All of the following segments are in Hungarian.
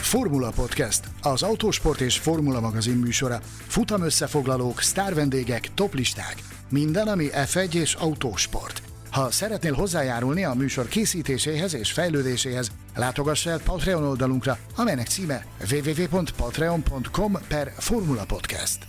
Formula Podcast, az autósport és formula magazin műsora. Futam összefoglalók, sztárvendégek, toplisták. Minden, ami F1 és autósport. Ha szeretnél hozzájárulni a műsor készítéséhez és fejlődéséhez, látogass el Patreon oldalunkra, amelynek címe www.patreon.com/Formula Podcast.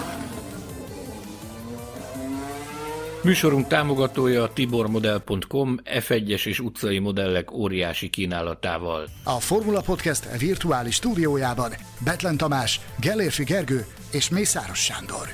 Műsorunk támogatója a tibormodel.com F1-es és utcai modellek óriási kínálatával. A Formula Podcast virtuális stúdiójában Bethlen Tamás, Gellérfi Gergő és Mészáros Sándor.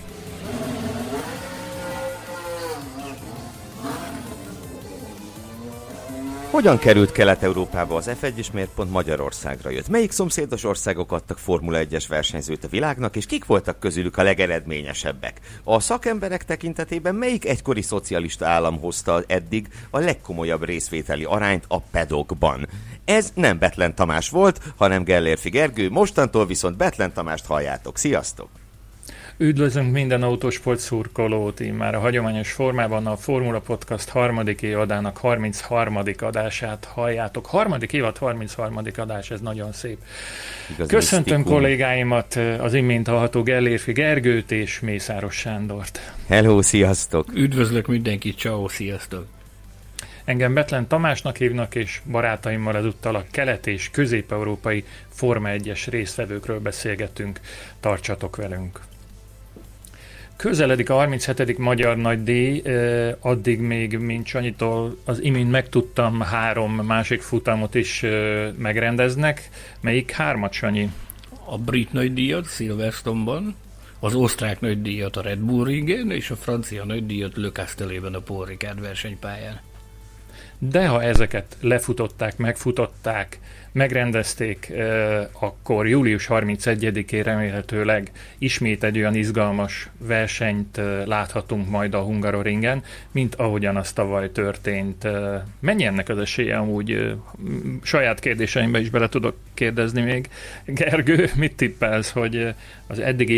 Hogyan került Kelet-Európába az F1 és miért pont Magyarországra jött? Melyik szomszédos országok adtak Formula 1-es versenyzőt a világnak, és kik voltak közülük a legeredményesebbek? A szakemberek tekintetében melyik egykori szocialista állam hozta eddig a legkomolyabb részvételi arányt a pedokban? Ez nem Bethlen Tamás volt, hanem Gellérfi Gergő, mostantól viszont Bethlen Tamást halljátok. Sziasztok! Üdvözlünk minden autósport szurkolót, már a hagyományos formában a Formula Podcast harmadik évadának 33. adását halljátok. Harmadik évad, 33. adás, ez nagyon szép. Igaz, köszöntöm kollégáimat, az imént hallható Gellérfi Gergőt és Mészáros Sándort. Hello, sziasztok! Üdvözlök mindenkit, ciao, sziasztok! Engem Bethlen Tamásnak hívnak, és barátaimmal ezúttal a kelet- és közép-európai Forma 1-es résztvevőkről beszélgetünk. Tartsatok velünk! Közeledik a 37. Magyar nagydíj, addig még, mint Sanyitól az imént megtudtam, 3 másik futamot is megrendeznek. Melyik 3-at, Sanyi? A brit nagydíjat Silverstone-ban, az osztrák nagydíjat a Red Bull Ringen, és a francia nagydíjat Le Castelletben a Paul Ricard versenypályán. De ha ezeket lefutották, megfutották, megrendezték, akkor július 31-én remélhetőleg ismét egy olyan izgalmas versenyt láthatunk majd a Hungaroringen, mint ahogyan az tavaly történt. Mennyi ennek az esélye amúgy? Saját kérdéseimbe is bele tudok kérdezni még. Gergő, mit tippelsz, hogy az eddigi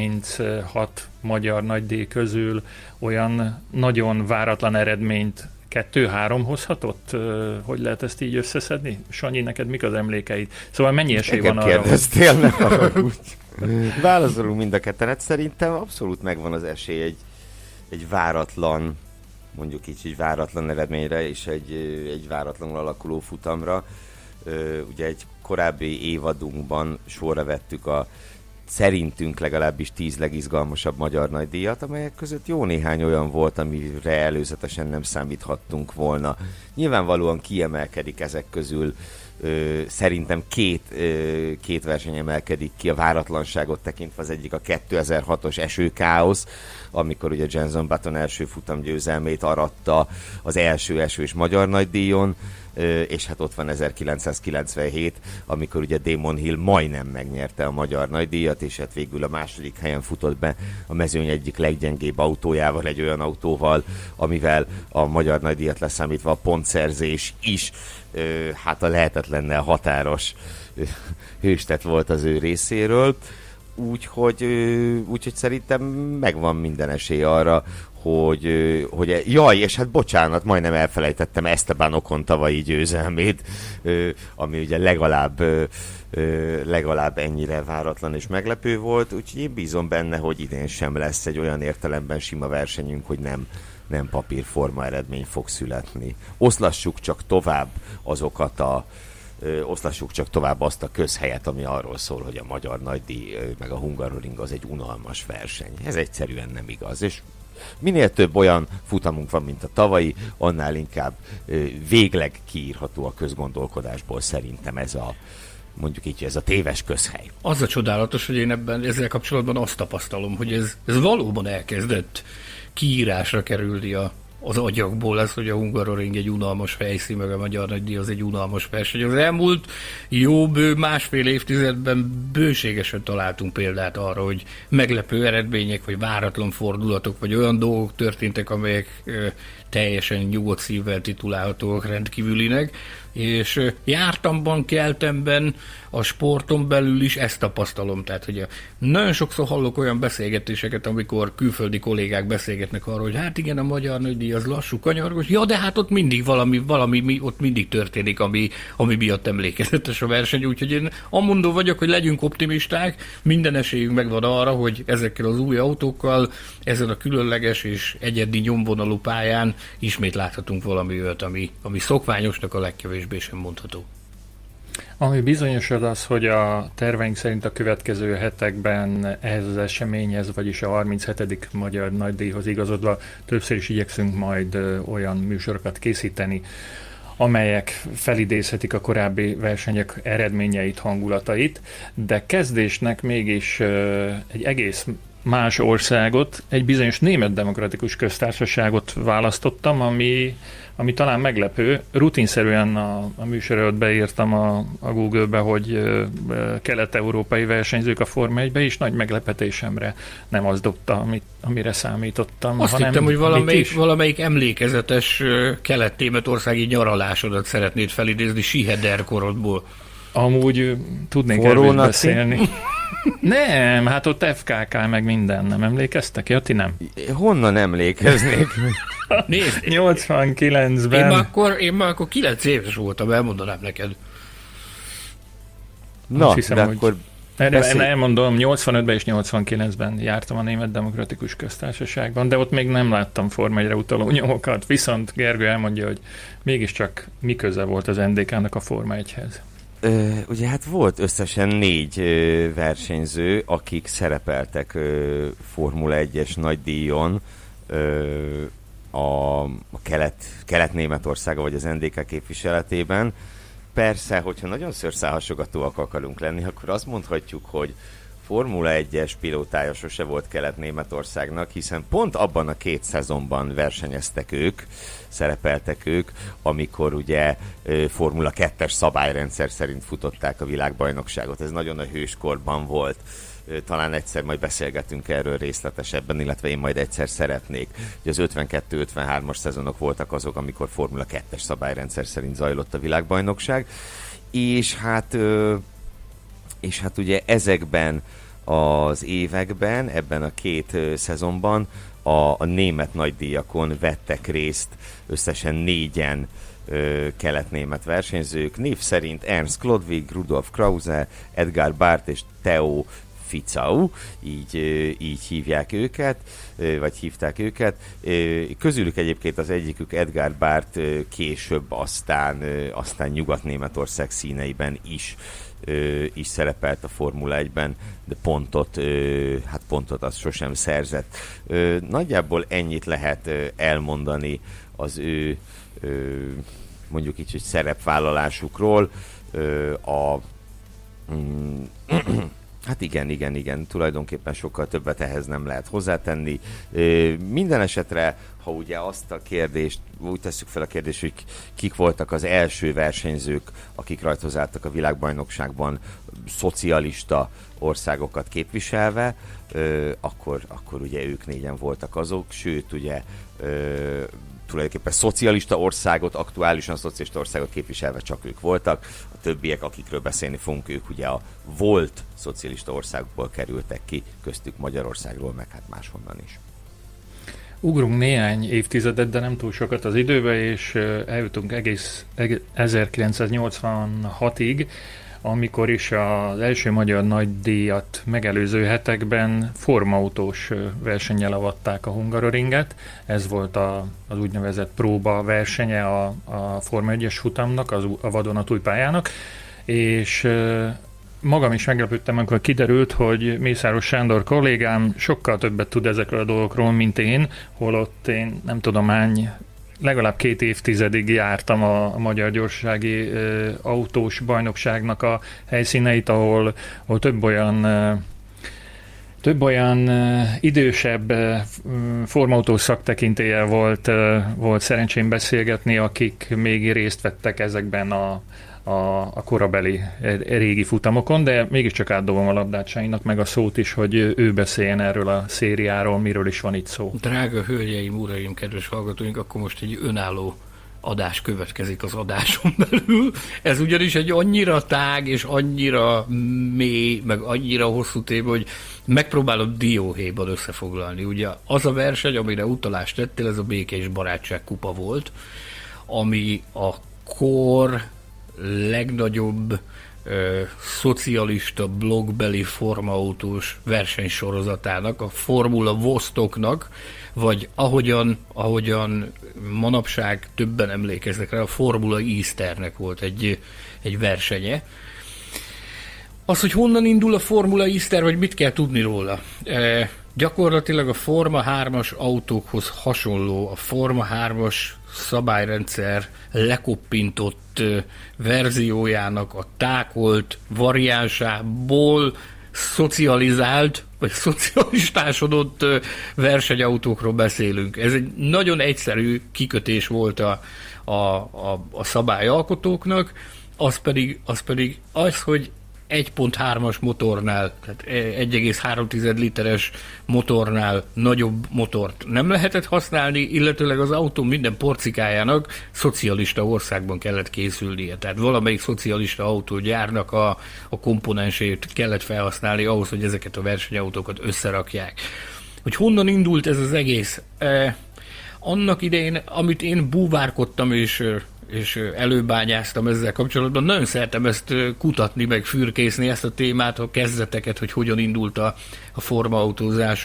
36 magyar nagydíj közül olyan nagyon váratlan eredményt 2-3 hozhatott? Hogy lehet ezt így összeszedni? Sanyi, neked mik az emlékeid? Szóval mennyi esély van arra? Kérdeztél, ne haragudj. Válaszolunk mind a ketten. Hát szerintem abszolút megvan az esély egy váratlan, mondjuk így egy váratlan eredményre és egy váratlanul alakuló futamra. Ugye egy korábbi évadunkban sorra vettük a szerintünk legalábbis 10 legizgalmasabb magyar nagydíjat, amelyek között jó néhány olyan volt, amire előzetesen nem számíthattunk volna. Nyilvánvalóan kiemelkedik ezek közül, szerintem két verseny emelkedik ki a váratlanságot tekintve, az egyik a 2006-os esőkáosz, amikor ugye Jenson Button első futam győzelmét aratta az első esős magyar nagydíjon, és hát ott van 1997, amikor ugye Damon Hill majdnem megnyerte a magyar nagydíjat, és hát végül a második helyen futott be a mezőny egyik leggyengébb autójával, egy olyan autóval, amivel a magyar nagydíjat leszámítva a pontszerzés is hát a lehetetlennel határos hőstet volt az ő részéről. Úgyhogy szerintem megvan minden esély arra, hogy jaj, és hát bocsánat, majdnem elfelejtettem Esteban Ocon tavalyi győzelmét, ami ugye legalább ennyire váratlan és meglepő volt, úgyhogy én bízom benne, hogy idén sem lesz egy olyan értelemben sima versenyünk, hogy nem papírforma eredmény fog születni. Oszlassuk csak tovább azt a közhelyet, ami arról szól, hogy a magyar nagydíj meg a Hungaroring az egy unalmas verseny. Ez egyszerűen nem igaz, és minél több olyan futamunk van, mint a tavalyi, annál inkább végleg kiírható a közgondolkodásból szerintem mondjuk így, ez a téves közhely. Az a csodálatos, hogy én ezzel kapcsolatban azt tapasztalom, hogy ez valóban elkezdett kiírásra kerülni az agyakból, az, hogy a Hungaroring egy unalmas helyszín, meg a magyar nagydíj az egy unalmas verseny. Az elmúlt másfél évtizedben bőségesen találtunk példát arra, hogy meglepő eredmények, vagy váratlan fordulatok, vagy olyan dolgok történtek, amelyek teljesen nyugodt szívvel titulálhatóak rendkívülinek, és jártamban, keltemben, a sporton belül is ezt tapasztalom. Tehát, hogy nagyon sokszor hallok olyan beszélgetéseket, amikor külföldi kollégák beszélgetnek arról, hogy hát igen, a magyar nagydíj Nagy-díj az lassú, kanyargós, ja, de hát ott mindig valami ott mindig történik, ami miatt emlékezetes a verseny, úgyhogy én amondó vagyok, hogy legyünk optimisták, minden esélyünk megvan arra, hogy ezekkel az új autókkal, ezen a különleges és egyedi nyomvonalú pályán ismét láthatunk valami olyat, ami szokványosnak a legkevésbé sem mondható. Ami bizonyosod az, hogy a terveink szerint a következő hetekben ehhez az eseményhez, vagyis a 37. Magyar Nagydíjhoz igazodva többször is igyekszünk majd olyan műsorokat készíteni, amelyek felidézhetik a korábbi versenyek eredményeit, hangulatait, de kezdésnek mégis egy egész más országot, egy bizonyos Német Demokratikus Köztársaságot választottam, ami talán meglepő. Rutinszerűen a műsor előtt beírtam a Google-be, hogy kelet-európai versenyzők a Forma 1-be, és nagy meglepetésemre nem az dobta, amire számítottam. Azt hittem, hogy valamelyik emlékezetes kelet-németországi nyaralásodat szeretnéd felidézni Schiheder korodból. Amúgy tudnék erről beszélni. Nem, hát ott FKK meg minden, nem emlékeztek? Ja, ti nem. Honnan emlékeznék? Nézd, 89-ben. Én már akkor 9 éves voltam, elmondanám neked. Na, hiszem, de akkor... Elmondom, 85-ben és 89-ben jártam a Német Demokratikus Köztársaságban, de ott még nem láttam Forma 1-re utaló nyomokat, viszont Gergő elmondja, hogy mégiscsak mi köze volt az NDK-nak a Forma 1-hez. Ugye hát volt összesen 4 versenyző, akik szerepeltek Formula 1-es nagydíjon a Kelet-Németországa vagy az NDK képviseletében. Persze, hogyha nagyon szőrszálhasogatóak akarunk lenni, akkor azt mondhatjuk, hogy Formula 1-es pilótája sose volt Kelet-Németországnak, hiszen pont abban a 2 szezonban versenyeztek ők, szerepeltek ők, amikor ugye Formula 2-es szabályrendszer szerint futották a világbajnokságot. Ez nagyon a hőskorban volt. Talán egyszer majd beszélgetünk erről részletesebben, illetve én majd egyszer szeretnék. Ugye az 52-53-as szezonok voltak azok, amikor Formula 2-es szabályrendszer szerint zajlott a világbajnokság, és hát ugye ezekben az években, ebben a 2 szezonban a német nagydíjakon vettek részt összesen 4-en kelet-német versenyzők. Név szerint Ernst Klodwig, Rudolf Krause, Edgar Barth és Theo Fitzau, így hívják őket, vagy hívták őket. Közülük egyébként az egyikük Edgar Barth később aztán Nyugat-Németország színeiben is szerepelt a Formula 1-ben, de pontot az sosem szerzett. Nagyjából ennyit lehet elmondani az ő mondjuk így szerepvállalásukról. Hát igen, tulajdonképpen sokkal többet ehhez nem lehet hozzátenni. Minden esetre, ha ugye azt a kérdést, úgy tesszük fel a kérdést, hogy kik voltak az első versenyzők, akik rajtozáltak a világbajnokságban szocialista országokat képviselve, akkor ugye ők 4-en voltak azok, sőt ugye tulajdonképpen szocialista országot, aktuálisan szocialista országot képviselve csak ők voltak. A többiek, akikről beszélni fogunk, ők ugye a volt szocialista országokból kerültek ki, köztük Magyarországról, meg hát máshonnan is. Ugrunk néhány évtizedet, de nem túl sokat az időbe, és eljutunk egész 1986-ig, amikor is az első magyar nagydíjat megelőző hetekben formautós versennyel avatták a Hungaroringet. Ez volt az úgynevezett próba versenye a Forma 1-es futamnak, a vadonatúj pályának, és magam is meglepődtem, amikor kiderült, hogy Mészáros Sándor kollégám sokkal többet tud ezekről a dolgokról, mint én, holott én nem tudom hány, legalább 2 évtizedig jártam a Magyar Gyorsasági Autós Bajnokságnak a helyszíneit, ahol több olyan idősebb formautós szaktekintéllyel volt szerencsém beszélgetni, akik még részt vettek ezekben a korabeli régi futamokon, de mégiscsak átdobom a labdát Sányinak meg a szót is, hogy ő beszéljen erről a szériáról, miről is van itt szó. Drága hölgyeim, uraim, kedves hallgatóink, akkor most egy önálló adás következik az adáson belül. Ez ugyanis egy annyira tág és annyira mély, meg annyira hosszú téma, hogy megpróbálom dióhéjban összefoglalni. Ugye az a verseny, amire utalást tettél, ez a Béke és Barátság kupa volt, ami a kor legnagyobb szocialista blogbeli formaautós versenysorozatának, a Formula Vostoknak, vagy ahogyan manapság többen emlékeznek rá, a Formula Easternek volt egy versenye. Az, hogy honnan indul a Formula Easter, vagy mit kell tudni róla? Gyakorlatilag a Forma 3-as autókhoz hasonló, a Forma 3-as szabályrendszer lekoppintott verziójának a tákolt variánsából szocializált, vagy szocialistásodott versenyautókról beszélünk. Ez egy nagyon egyszerű kikötés volt a szabályalkotóknak, az pedig az, hogy 1.3-as motornál, tehát 1,3 literes motornál nagyobb motort nem lehetett használni, illetőleg az autó minden porcikájának szocialista országban kellett készülnie. Tehát valamelyik szocialista autógyárnak a komponensét kellett felhasználni ahhoz, hogy ezeket a versenyautókat összerakják. Hogy honnan indult ez az egész? Annak idején, amit én búvárkodtam és előbányáztam ezzel kapcsolatban, nagyon szeretem ezt kutatni, meg fürkészni ezt a témát, a kezdeteket, hogy hogyan indult a formautózás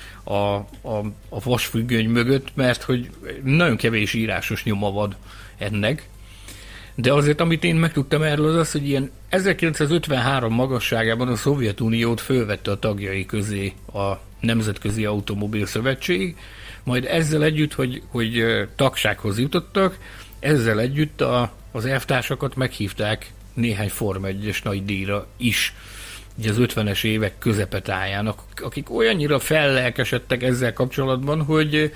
a vasfüggöny mögött, mert hogy nagyon kevés írásos nyoma van ennek. De azért, amit én megtudtam erről, az az, hogy ilyen 1953 magasságában a Szovjetuniót fölvette a tagjai közé a Nemzetközi Automobil Szövetség, majd ezzel együtt, hogy tagsághoz jutottak, ezzel együtt az elvtársakat meghívták néhány Forma 1-es nagy díjra is, ugye az 50-es évek közepetáján, akik olyannyira fellelkesedtek ezzel kapcsolatban, hogy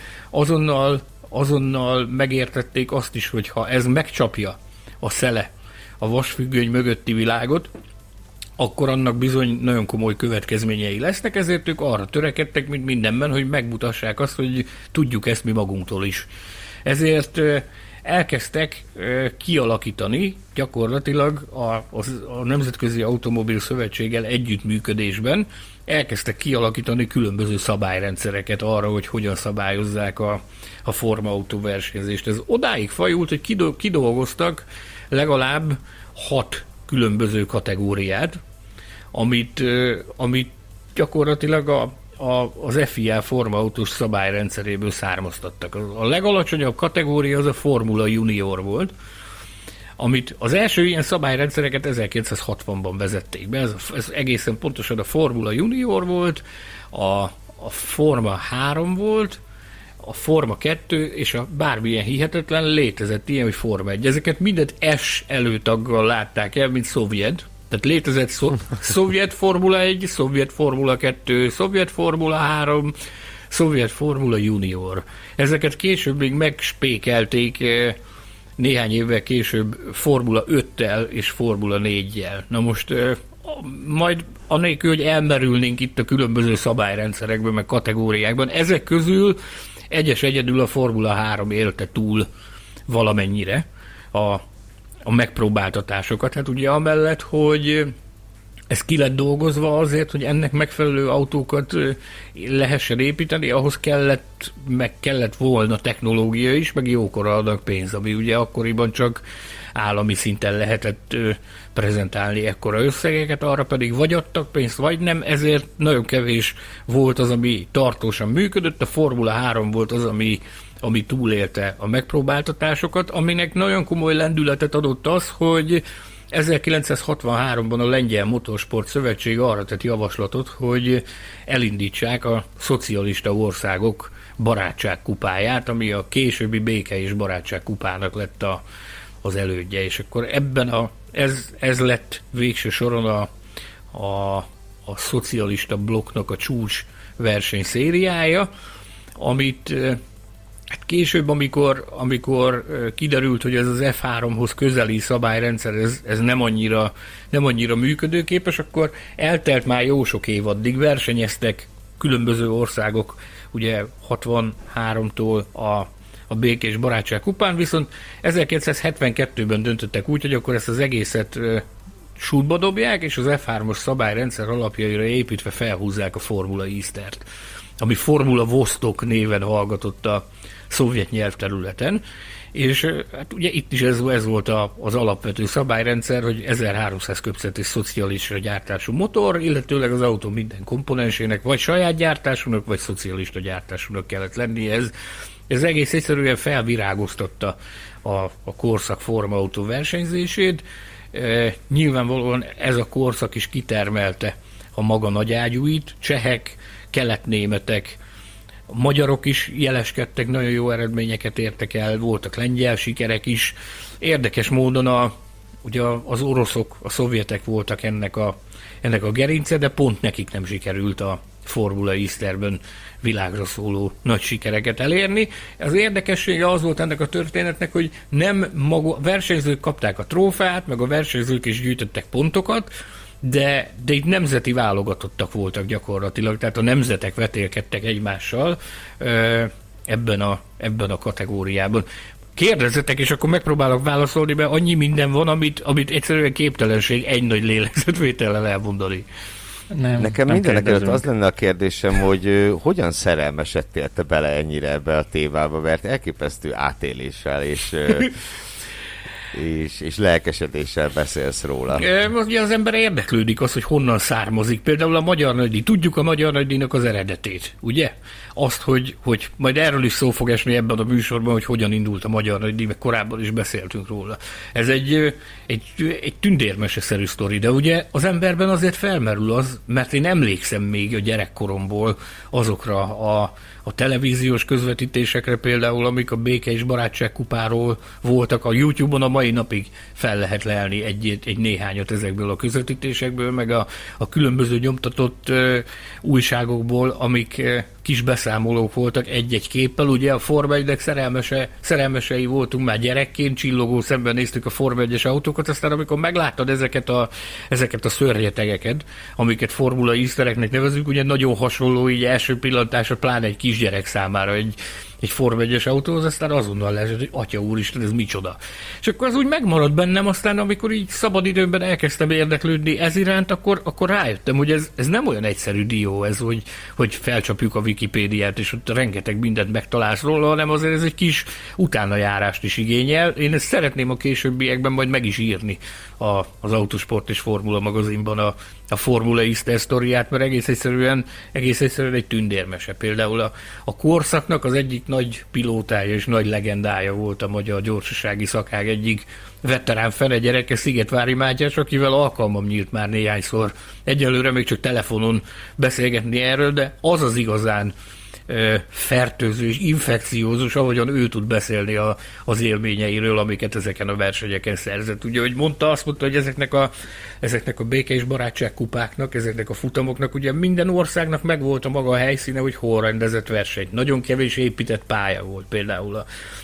azonnal megértették azt is, hogy ha ez megcsapja a szele a vasfüggöny mögötti világot, akkor annak bizony nagyon komoly következményei lesznek, ezért ők arra törekedtek, mint mindenben, hogy megmutassák azt, hogy tudjuk ezt mi magunktól is. Ezért elkezdtek kialakítani gyakorlatilag a Nemzetközi Automobil Szövetséggel együttműködésben, elkezdtek kialakítani különböző szabályrendszereket arra, hogy hogyan szabályozzák a formautó versenyzést. Ez odáig fajult, hogy kidolgoztak legalább 6 különböző kategóriát, amit gyakorlatilag az FIA formautós szabályrendszeréből származtattak. A legalacsonyabb kategória az a Formula Junior volt, amit az első ilyen szabályrendszereket 1960-ban vezették be. Ez egészen pontosan a Formula Junior volt, a Forma 3 volt, a Forma 2 és a bármilyen hihetetlen létezett ilyen, hogy Forma 1. Ezeket mindet S előtaggal látták el, mint szovjet. Tehát létezett szovjet Formula 1, szovjet Formula 2, szovjet Formula 3, szovjet Formula Junior. Ezeket később még megspékelték néhány évvel később Formula 5-tel és Formula 4-jel. Na most majd anélkül, hogy elmerülnénk itt a különböző szabályrendszerekben, meg kategóriákban, ezek közül egyedül a Formula 3 élte túl valamennyire a megpróbáltatásokat. Hát ugye amellett, hogy ez ki lett dolgozva azért, hogy ennek megfelelő autókat lehessen építeni, ahhoz kellett volna technológia is, meg jókora adag pénz, ami ugye akkoriban csak állami szinten lehetett prezentálni ekkora összegeket, arra pedig vagy adtak pénzt, vagy nem, ezért nagyon kevés volt az, ami tartósan működött, a Formula 3 volt az, ami túlélte a megpróbáltatásokat, aminek nagyon komoly lendületet adott az, hogy 1963-ban a Lengyel Motorsport Szövetség arra tett javaslatot, hogy elindítsák a szocialista országok barátságkupáját, ami a későbbi Béke és Barátság kupának lett az elődje, és akkor ebben ez lett végső soron a szocialista blokknak a csúcs versenyszériája, amit hát később, amikor kiderült, hogy ez az F3-hoz közeli szabályrendszer, ez nem annyira működőképes, akkor eltelt már jó sok év, addig versenyeztek különböző országok, ugye 63-tól a a Békés Barátság kupán, viszont 1972-ben döntöttek úgy, hogy akkor ezt az egészet sútba dobják, és az F3-os szabályrendszer alapjaira építve felhúzzák a Formula Eastert, ami Formula Vostok néven hallgatott a szovjet nyelvterületen, és hát ugye itt is ez volt az alapvető szabályrendszer, hogy 1300 köbcetes szocialista gyártású motor, illetőleg az autó minden komponensének vagy saját gyártásúnak, vagy szocialista gyártásúnak kellett lennie. Ez egész egyszerűen felvirágoztatta a korszak formautó versenyzését. Nyilvánvalóan ez a korszak is kitermelte a maga nagyágyúit, csehek, keletnémetek, a magyarok is jeleskedtek, nagyon jó eredményeket értek el, voltak lengyel sikerek is. Érdekes módon ugye az oroszok, a szovjetek voltak ennek a gerince, de pont nekik nem sikerült a Formula Easterben világra szóló nagy sikereket elérni. Az érdekessége az volt ennek a történetnek, hogy nem maga versenyzők kapták a trófeát, meg a versenyzők is gyűjtöttek pontokat, de itt nemzeti válogatottak voltak gyakorlatilag, tehát a nemzetek vetélkedtek egymással ebben a kategóriában. Kérdezzetek, és akkor megpróbálok válaszolni, mert annyi minden van, amit egyszerűen képtelenség egy nagy lélegzetvétellel elmondani. Nekem mindenek előtt az lenne a kérdésem, hogy hogyan szerelmesedtél te bele ennyire ebbe a témába, mert elképesztő átéléssel és lelkesedéssel beszélsz róla. Ugye az ember érdeklődik az, hogy honnan származik. Például a Magyar Nagydíj. Tudjuk a Magyar Nagydíjnak az eredetét, ugye? Azt, hogy majd erről is szó fog esni ebben a műsorban, hogy hogyan indult a Magyar Nagydíj, meg korábban is beszéltünk róla. Ez egy tündérmeseszerű sztori, de ugye az emberben azért felmerül az, mert én emlékszem még a gyerekkoromból azokra a televíziós közvetítésekre például, amik a Békés Barátság kupáról voltak, a YouTube-on a mai napig fel lehet lelni egy néhányat ezekből a közvetítésekből, meg a különböző nyomtatott újságokból, amik kis beszámolók voltak egy-egy képpel. Ugye a Forma 1-nek szerelmesei voltunk már gyerekként, csillogó szemben néztük a Forma 1-es autókat, aztán amikor megláttad ezeket a szörnyetegeket, amiket Formula Eastereknek nevezünk, ugye nagyon hasonló így első pillantásra, pláne egy kisgyerek számára egy Forma 1-es autóhoz, aztán azonnal leesett, hogy atya úristen, ez micsoda. És akkor az úgy megmaradt bennem, aztán amikor így szabadidőmben elkezdtem érdeklődni ez iránt, akkor rájöttem, hogy ez nem olyan egyszerű dió ez, hogy felcsapjuk a Wikipédiát, és ott rengeteg mindent megtalálsz róla, hanem azért ez egy kis utánajárást is igényel. Én ezt szeretném a későbbiekben majd meg is írni az Autosport és Formula magazinban a Formula Easter sztoriát, mert egész egyszerűen egy tündérmese. Például a korszaknak az egyik nagy pilótája és nagy legendája volt a magyar gyorsasági szakág egyik veterán fenegyereke, Szigetvári Mátyás, akivel alkalmam nyílt már néhányszor. Egyelőre még csak telefonon beszélgetni erről, de az igazán fertőző és infekciózus, ahogyan ő tud beszélni az élményeiről, amiket ezeken a versenyeken szerzett. Ugye, hogy azt mondta, hogy ezeknek a Békés Barátság kupáknak, ezeknek a futamoknak, ugye minden országnak megvolt a maga helyszíne, hogy hol rendezett versenyt. Nagyon kevés épített pálya volt például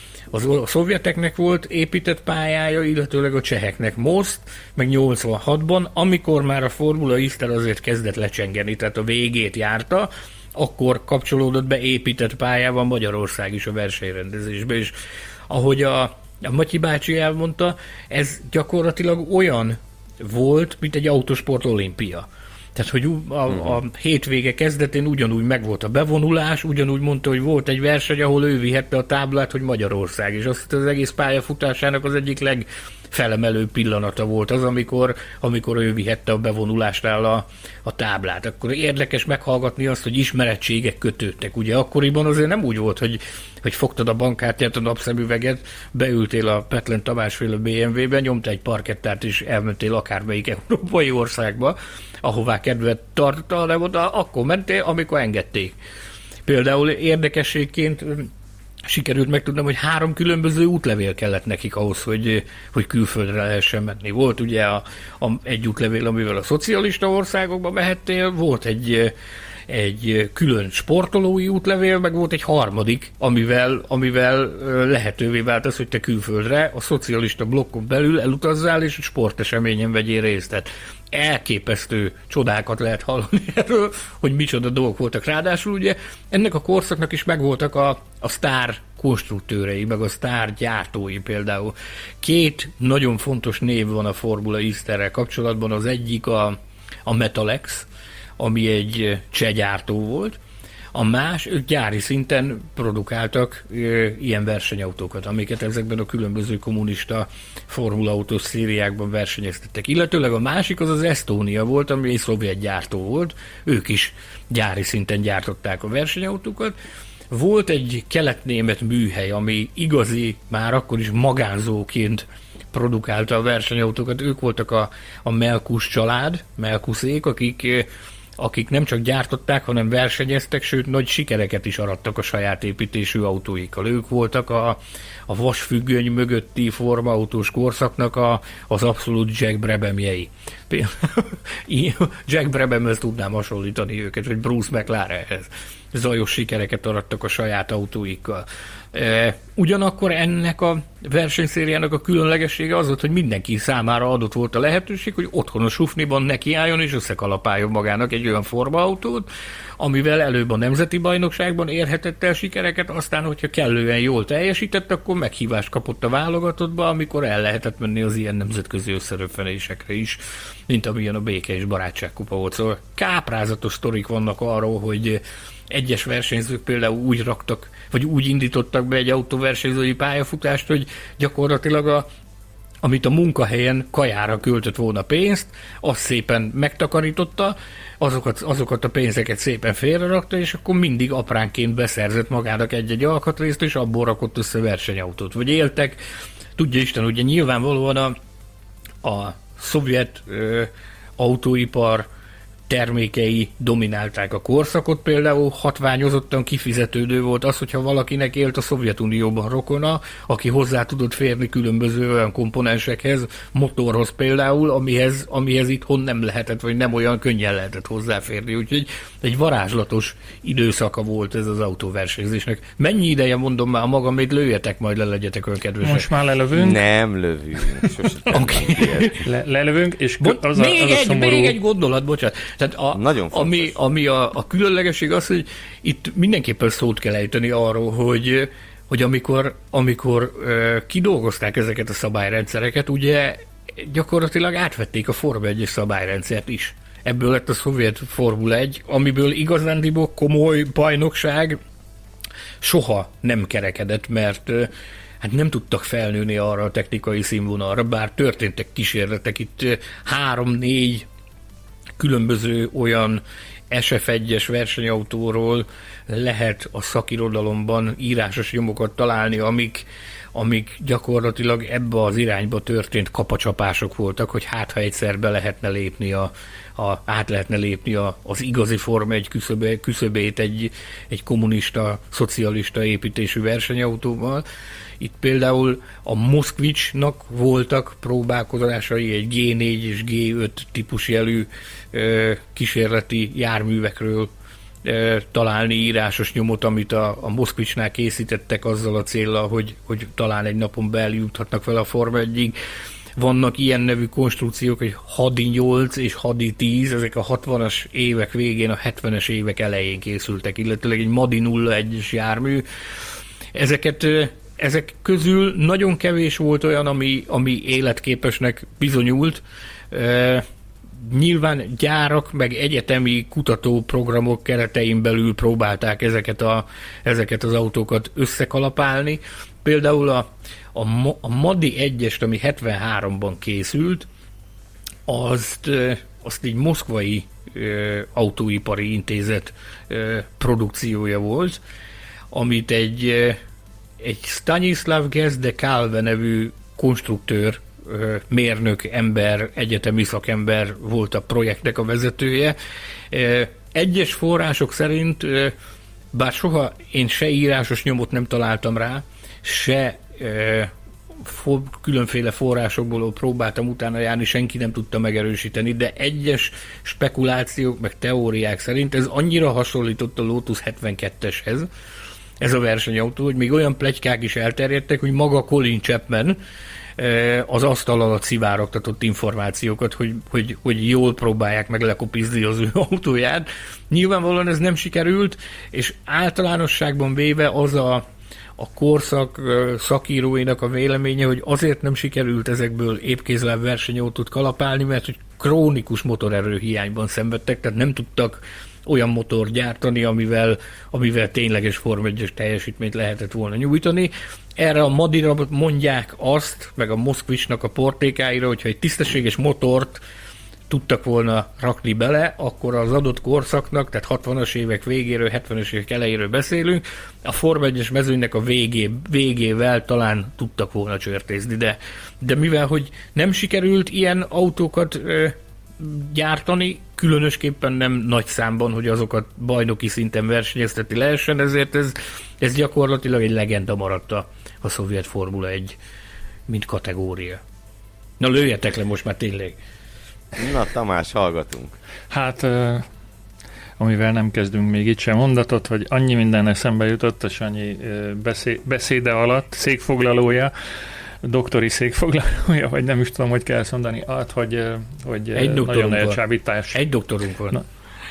a szovjeteknek volt épített pályája, illetőleg a cseheknek most, meg 86-ban, amikor már a Formula Easter azért kezdett lecsengeni, tehát a végét járta, akkor kapcsolódott be épített pályában Magyarország is a versenyrendezésbe, és ahogy a Matyi bácsi elmondta, ez gyakorlatilag olyan volt, mint egy autosport olimpia. Tehát, hogy a hétvége kezdetén ugyanúgy megvolt a bevonulás, ugyanúgy mondta, hogy volt egy verseny, ahol ő vihette a táblát, hogy Magyarország, és azt az egész pályafutásának az egyik legfelemelő pillanata volt az, amikor ő vihette a bevonulásnál a táblát. Akkor érdekes meghallgatni azt, hogy ismerettségek kötődtek. Ugye akkoriban azért nem úgy volt, hogy fogtad a bankkártyát, a napszemüveget, beültél a Petlen Tamásféle BMW-ben, nyomtál egy parkettát, és elmentél akármelyik európai országba, ahová kedvet tartotta, hanem oda akkor mentél, amikor engedték. Például érdekességként sikerült megtudnom, hogy 3 különböző útlevél kellett nekik ahhoz, hogy külföldre lehessen menni. Volt ugye egy útlevél, amivel a szocialista országokba mehettél, volt egy külön sportolói útlevél, meg volt egy harmadik, amivel lehetővé vált az, hogy te külföldre a szocialista blokkon belül elutazzál, és egy sporteseményen vegyél részt. Tehát elképesztő csodákat lehet hallani erről, hogy micsoda dolgok voltak. Ráadásul ugye ennek a korszaknak is megvoltak a sztár konstruktőrei, meg a sztár gyártói például. Két nagyon fontos név van a Formula Easterrel kapcsolatban, az egyik a Metalex, ami egy cseh gyártó volt, a más, ők gyári szinten produkáltak ilyen versenyautókat, amiket ezekben a különböző kommunista formulaautós szériákban versenyeztettek. Illetőleg a másik az Estonia volt, ami egy szovjet gyártó volt, ők is gyári szinten gyártották a versenyautókat. Volt egy kelet-német műhely, ami igazi, már akkor is magánzóként produkálta a versenyautókat. Ők voltak a Melkus család, Melkuszék, akik nem csak gyártották, hanem versenyeztek, sőt nagy sikereket is arattak a saját építésű autóikkal. Ők voltak a vasfüggöny mögötti formaautós korszaknak az abszolút Jack Brabhamjei. Jack Brabhamhez tudnám hasonlítani őket, vagy Bruce McLarenhez. Zajos sikereket arattak a saját autóikkal. Ugyanakkor ennek a versenyszériának a különlegessége az volt, hogy mindenki számára adott volt a lehetőség, hogy otthon a sufniban nekiálljon és összekalapáljon magának egy olyan formaautót, amivel előbb a nemzeti bajnokságban érhetett el sikereket, aztán, hogyha kellően jól teljesített, akkor meghívást kapott a válogatottba, amikor el lehetett menni az ilyen nemzetközi összeröffenésekre is, mint amilyen a Béke és Barátságkupa volt. Szóval káprázatos sztorik vannak arról, hogy egyes versenyzők például úgy raktak, vagy úgy indítottak be egy autóversenyzői pályafutást, hogy gyakorlatilag amit a munkahelyen kajára költött volna pénzt, azt szépen megtakarította, azokat a pénzeket szépen félrerakta, és akkor mindig apránként beszerzett magának egy-egy alkatrészt, és abból rakott össze versenyautót. Vagy éltek, tudja Isten, ugye nyilvánvalóan a szovjet autóipar termékei dominálták a korszakot, például hatványozottan kifizetődő volt az, hogyha valakinek élt a Szovjetunióban rokona, aki hozzá tudott férni különböző olyan komponensekhez, motorhoz például, amihez itthon nem lehetett, vagy nem olyan könnyen lehetett hozzáférni. Úgyhogy egy varázslatos időszaka volt ez az autóversenyzésnek. Mennyi ideje mondom már magamét, lőjetek majd, le legyetek olyan kedvesek. Most már lelövünk. Nem lövünk. Lelövünk, és még egy gondolat, bocsánat. Tehát ami a különlegesség az, hogy itt mindenképpen szót kell ejteni arról, hogy amikor kidolgozták ezeket a szabályrendszereket, ugye gyakorlatilag átvették a Forma 1-es szabályrendszert is. Ebből lett a szovjet Formula 1, amiből igazándiból komoly bajnokság soha nem kerekedett, mert hát nem tudtak felnőni arra a technikai színvonalra, bár történtek kísérletek, itt 3-4 különböző olyan SF1-es versenyautóról lehet a szakirodalomban írásos nyomokat találni, amik gyakorlatilag ebbe az irányba történt kapacsapások voltak, hogy hát ha egyszer be lehetne lépni át lehetne lépni az igazi Forma 1 küszöbét egy kommunista, szocialista építésű versenyautóval. Itt például a Moszkvicsnak voltak próbálkozásai egy G4 és G5 típus jelű kísérleti járművekről találni írásos nyomot, amit a Moszkvicsnál készítettek azzal a céllal, hogy talán egy napon belül juthatnak fel a Forma 1-ig. Vannak ilyen nevű konstrukciók, hogy Hadi 8 és Hadi 10, ezek a 60-as évek végén, a 70-es évek elején készültek, illetőleg egy Madi 01-es jármű. Ezek közül nagyon kevés volt olyan, ami életképesnek bizonyult. Nyilván gyárak, meg egyetemi kutatóprogramok keretein belül próbálták ezeket az autókat összekalapálni. Például a Madi 1-est, ami 73-ban készült, azt egy moszkvai autóipari intézet produkciója volt, amit egy Stanislav Gezde Kalve nevű konstruktőr, mérnök ember, egyetemi szakember volt a projektnek a vezetője. Egyes források szerint, bár soha én se írásos nyomot nem találtam rá, se különféle forrásokból próbáltam utána járni, senki nem tudta megerősíteni, de egyes spekulációk meg teóriák szerint ez annyira hasonlított a Lotus 72-eshez, ez a versenyautó, hogy még olyan pletykák is elterjedtek, hogy maga Colin Chapman az asztal alatt szivárogtatott információkat, hogy jól próbálják meg lekopizni az ő autóját. Nyilvánvalóan ez nem sikerült, és általánosságban véve a korszak szakíróinak a véleménye, hogy azért nem sikerült ezekből épkézláb versenyautót kalapálni, mert hogy krónikus motorerő hiányban szenvedtek, tehát nem tudtak olyan motor gyártani, amivel tényleges Forma 1-es teljesítményt lehetett volna nyújtani. Erre a Madira mondják azt, meg a Moszkvicsnak a portékáira, hogyha egy tisztességes motort tudtak volna rakni bele, akkor az adott korszaknak, tehát 60-as évek végéről, 70-es évek elejéről beszélünk, a Forma 1-es mezőnynek a végével talán tudtak volna csörtézni, de mivel, hogy nem sikerült ilyen autókat gyártani, különösképpen nem nagy számban, hogy azokat bajnoki szinten versenyeztetni lehessen, ezért ez gyakorlatilag egy legenda maradt a szovjet Formula 1, mint kategória. Na lőjetek le most már tényleg. Na Tamás, hallgatunk. Hát, amivel nem kezdünk még itt sem mondatot, hogy annyi minden eszembe jutott, és annyi beszéde alatt, székfoglalója, doktori székfoglalója, vagy nem is tudom, hogy kell mondani, hogy nagyon nagy csábítás. Egy doktorunk van.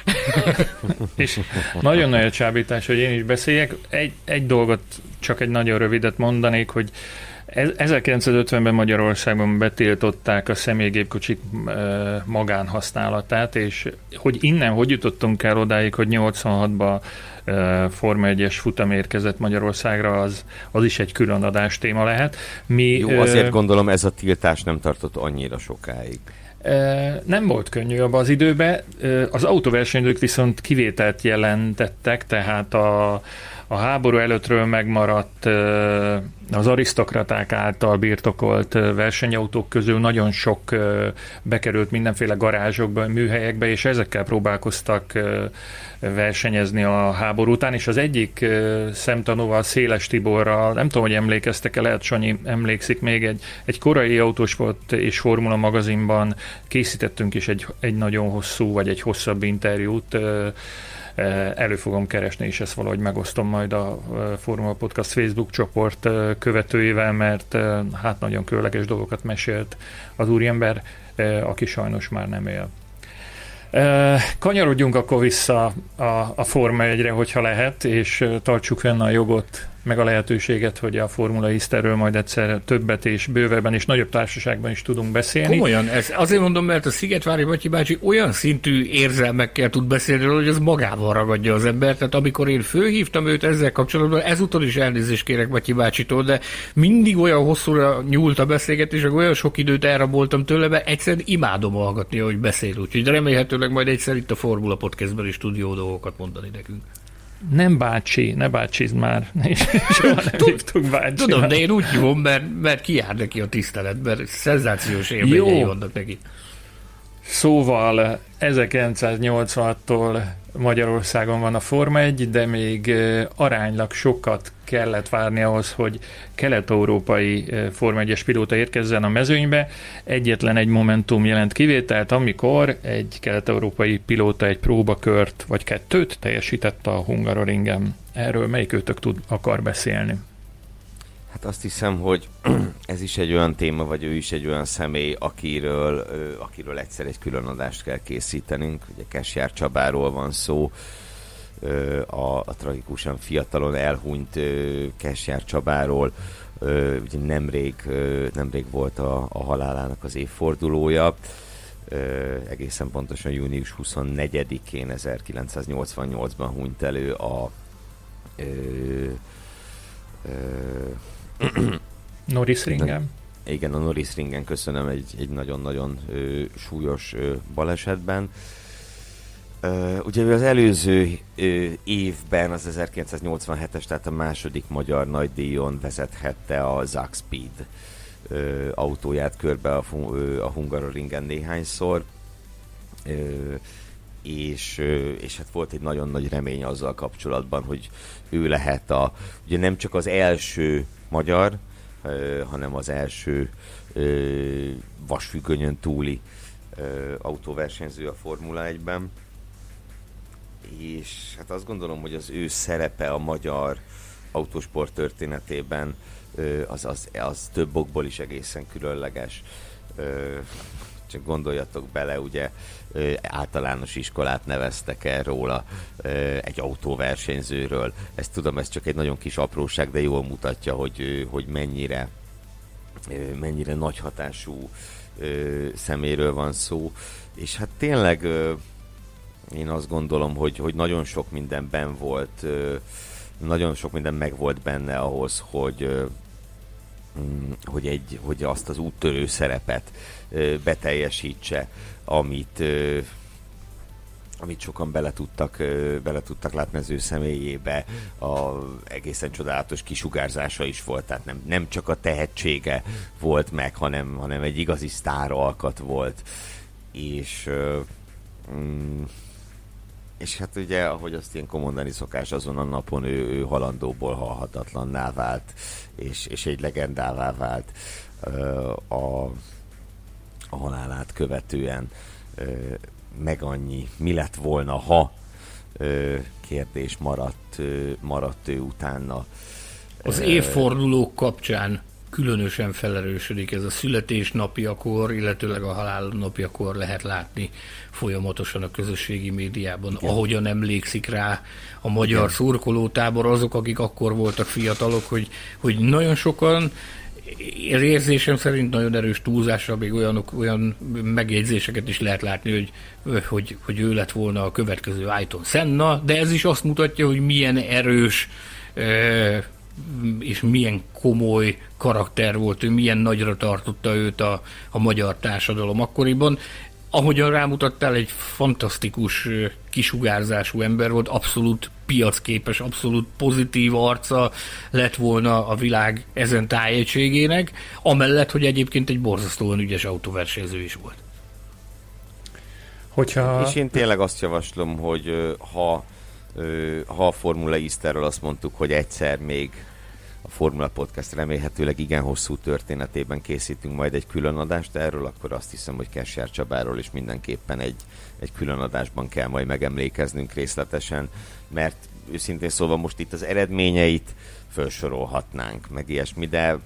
És nagyon nagy csábítás, hogy én is beszéljek. Egy dolgot, csak egy nagyon rövidet mondanék, hogy 1950-ben Magyarországon betiltották a személygépkocsik magánhasználatát, és hogy innen hogy jutottunk el odáig, hogy 86-ban Forma 1-es futam érkezett Magyarországra, az is egy külön adás téma lehet. Jó, azért gondolom ez a tiltás nem tartott annyira sokáig. Nem volt könnyű abban az időben. Az autóversenyzők viszont kivételt jelentettek, tehát a háború előttről megmaradt az arisztokraták által birtokolt versenyautók közül nagyon sok bekerült mindenféle garázsokba, műhelyekbe, és ezekkel próbálkoztak versenyezni a háború után, és az egyik szemtanúval, Széles Tiborral, nem tudom, hogy emlékeztek-e, lehet Sanyi emlékszik még, egy korai autósport és formula magazinban készítettünk is egy nagyon hosszú, vagy egy hosszabb interjút, elő fogom keresni, és ezt valahogy megosztom majd a Formula Podcast Facebook csoport követőivel, mert hát nagyon különleges dolgokat mesélt az úriember, aki sajnos már nem él. Kanyarodjunk akkor vissza a Forma 1-re, hogyha lehet, és tartsuk fenn a jogot, meg a lehetőséget, hogy a Formula Iszterről majd egyszer többet és bővebben és nagyobb társaságban is tudunk beszélni. Komolyan, azért mondom, mert a Szigetvári Matyi bácsi olyan szintű érzelmekkel tud beszélni, hogy az magával ragadja az embert. Tehát amikor én fölhívtam őt ezzel kapcsolatban, ezúttal is elnézést kérek Matyi bácsitól, de mindig olyan hosszúra nyúlt a beszélgetés, olyan sok időt elraboltam tőle, mert egyszerűen imádom hallgatni, hogy beszél. Úgyhogy remélhetőleg majd egyszer itt a Formula Podcastben is tud jó dolgokat mondani nekünk. Nem bácsi, ne bácsizd már. Soha nem hívtuk bácsinak. Tudom, de én úgy hívom, mert kijár neki a tisztelet, mert szenzációs élményei vannak neki. Szóval 1986-tól Magyarországon van a Forma 1, de még aránylag sokat kellett várni ahhoz, hogy kelet-európai Forma 1-es pilóta érkezzen a mezőnybe. Egyetlen egy momentum jelent kivételt, amikor egy kelet-európai pilóta egy próbakört vagy kettőt teljesített a Hungaroringen. Erről melyikőtök akar beszélni? Hát azt hiszem, hogy ez is egy olyan téma, vagy ő is egy olyan személy, akiről egyszer egy külön adást kell készítenünk. Ugye Kesjár Csabáról van szó, a tragikusan fiatalon elhunyt Kesjár Csabáról. Ugye nemrég volt a halálának az évfordulója. Egészen pontosan június 24-én 1988-ban hunyt elő a Norrisringen. Igen, a Norrisringen, köszönöm, egy nagyon-nagyon súlyos balesetben. Ugye az előző évben, az 1987-es, tehát a második magyar nagydíjon vezethette a Zak Speed autóját körbe a Hungaroringen néhányszor. És hát volt egy nagyon nagy remény azzal kapcsolatban, hogy ő lehet ugye nem csak az első magyar, hanem az első vasfüggönyön túli autóversenyző a Formula 1-ben. És hát azt gondolom, hogy az ő szerepe a magyar autósport történetében az több okból is egészen különleges. csak gondoljatok bele, ugye általános iskolát neveztek el róla, egy autóversenyzőről. Ezt tudom, ez csak egy nagyon kis apróság, de jól mutatja, hogy mennyire nagy hatású személyről van szó. És hát tényleg én azt gondolom, hogy nagyon sok mindenben volt, nagyon sok minden meg volt benne ahhoz, hogy azt az úttörő szerepet beteljesítse, amit sokan bele tudtak látni az ő személyébe. Egészen csodálatos kisugárzása is volt, tehát nem csak a tehetsége volt meg, hanem egy igazi sztáralkat volt. És hát ugye, ahogy azt ilyenkor mondani szokás, azon a napon ő halandóból halhatatlanná vált, és egy legendává vált a halálát követően. Meg annyi, mi lett volna, ha kérdés maradt ő utána. Az évfordulók kapcsán különösen felerősödik ez a születésnapjakor, illetőleg a halálnapjakor lehet látni folyamatosan a közösségi médiában, igen, ahogyan emlékszik rá a magyar szurkolótábor, azok, akik akkor voltak fiatalok, hogy nagyon sokan, az érzésem szerint nagyon erős túlzásra még olyan megjegyzéseket is lehet látni, hogy ő lett volna a következő Ayrton Senna, de ez is azt mutatja, hogy milyen erős és milyen komoly karakter volt ő, milyen nagyra tartotta őt a magyar társadalom akkoriban. Ahogyan rámutattál, egy fantasztikus kisugárzású ember volt, abszolút piacképes, abszolút pozitív arca lett volna a világ ezen tájegységének, amellett, hogy egyébként egy borzasztóan ügyes autóversenyző is volt. És én tényleg azt javaslom, hogy ha a Formula Easterről azt mondtuk, hogy egyszer még a Formula Podcast remélhetőleg igen hosszú történetében készítünk majd egy külön adást erről, akkor azt hiszem, hogy Kessler Csabáról is mindenképpen egy külön adásban kell majd megemlékeznünk részletesen, mert őszintén szólva most itt az eredményeit felsorolhatnánk, meg ilyesmi, de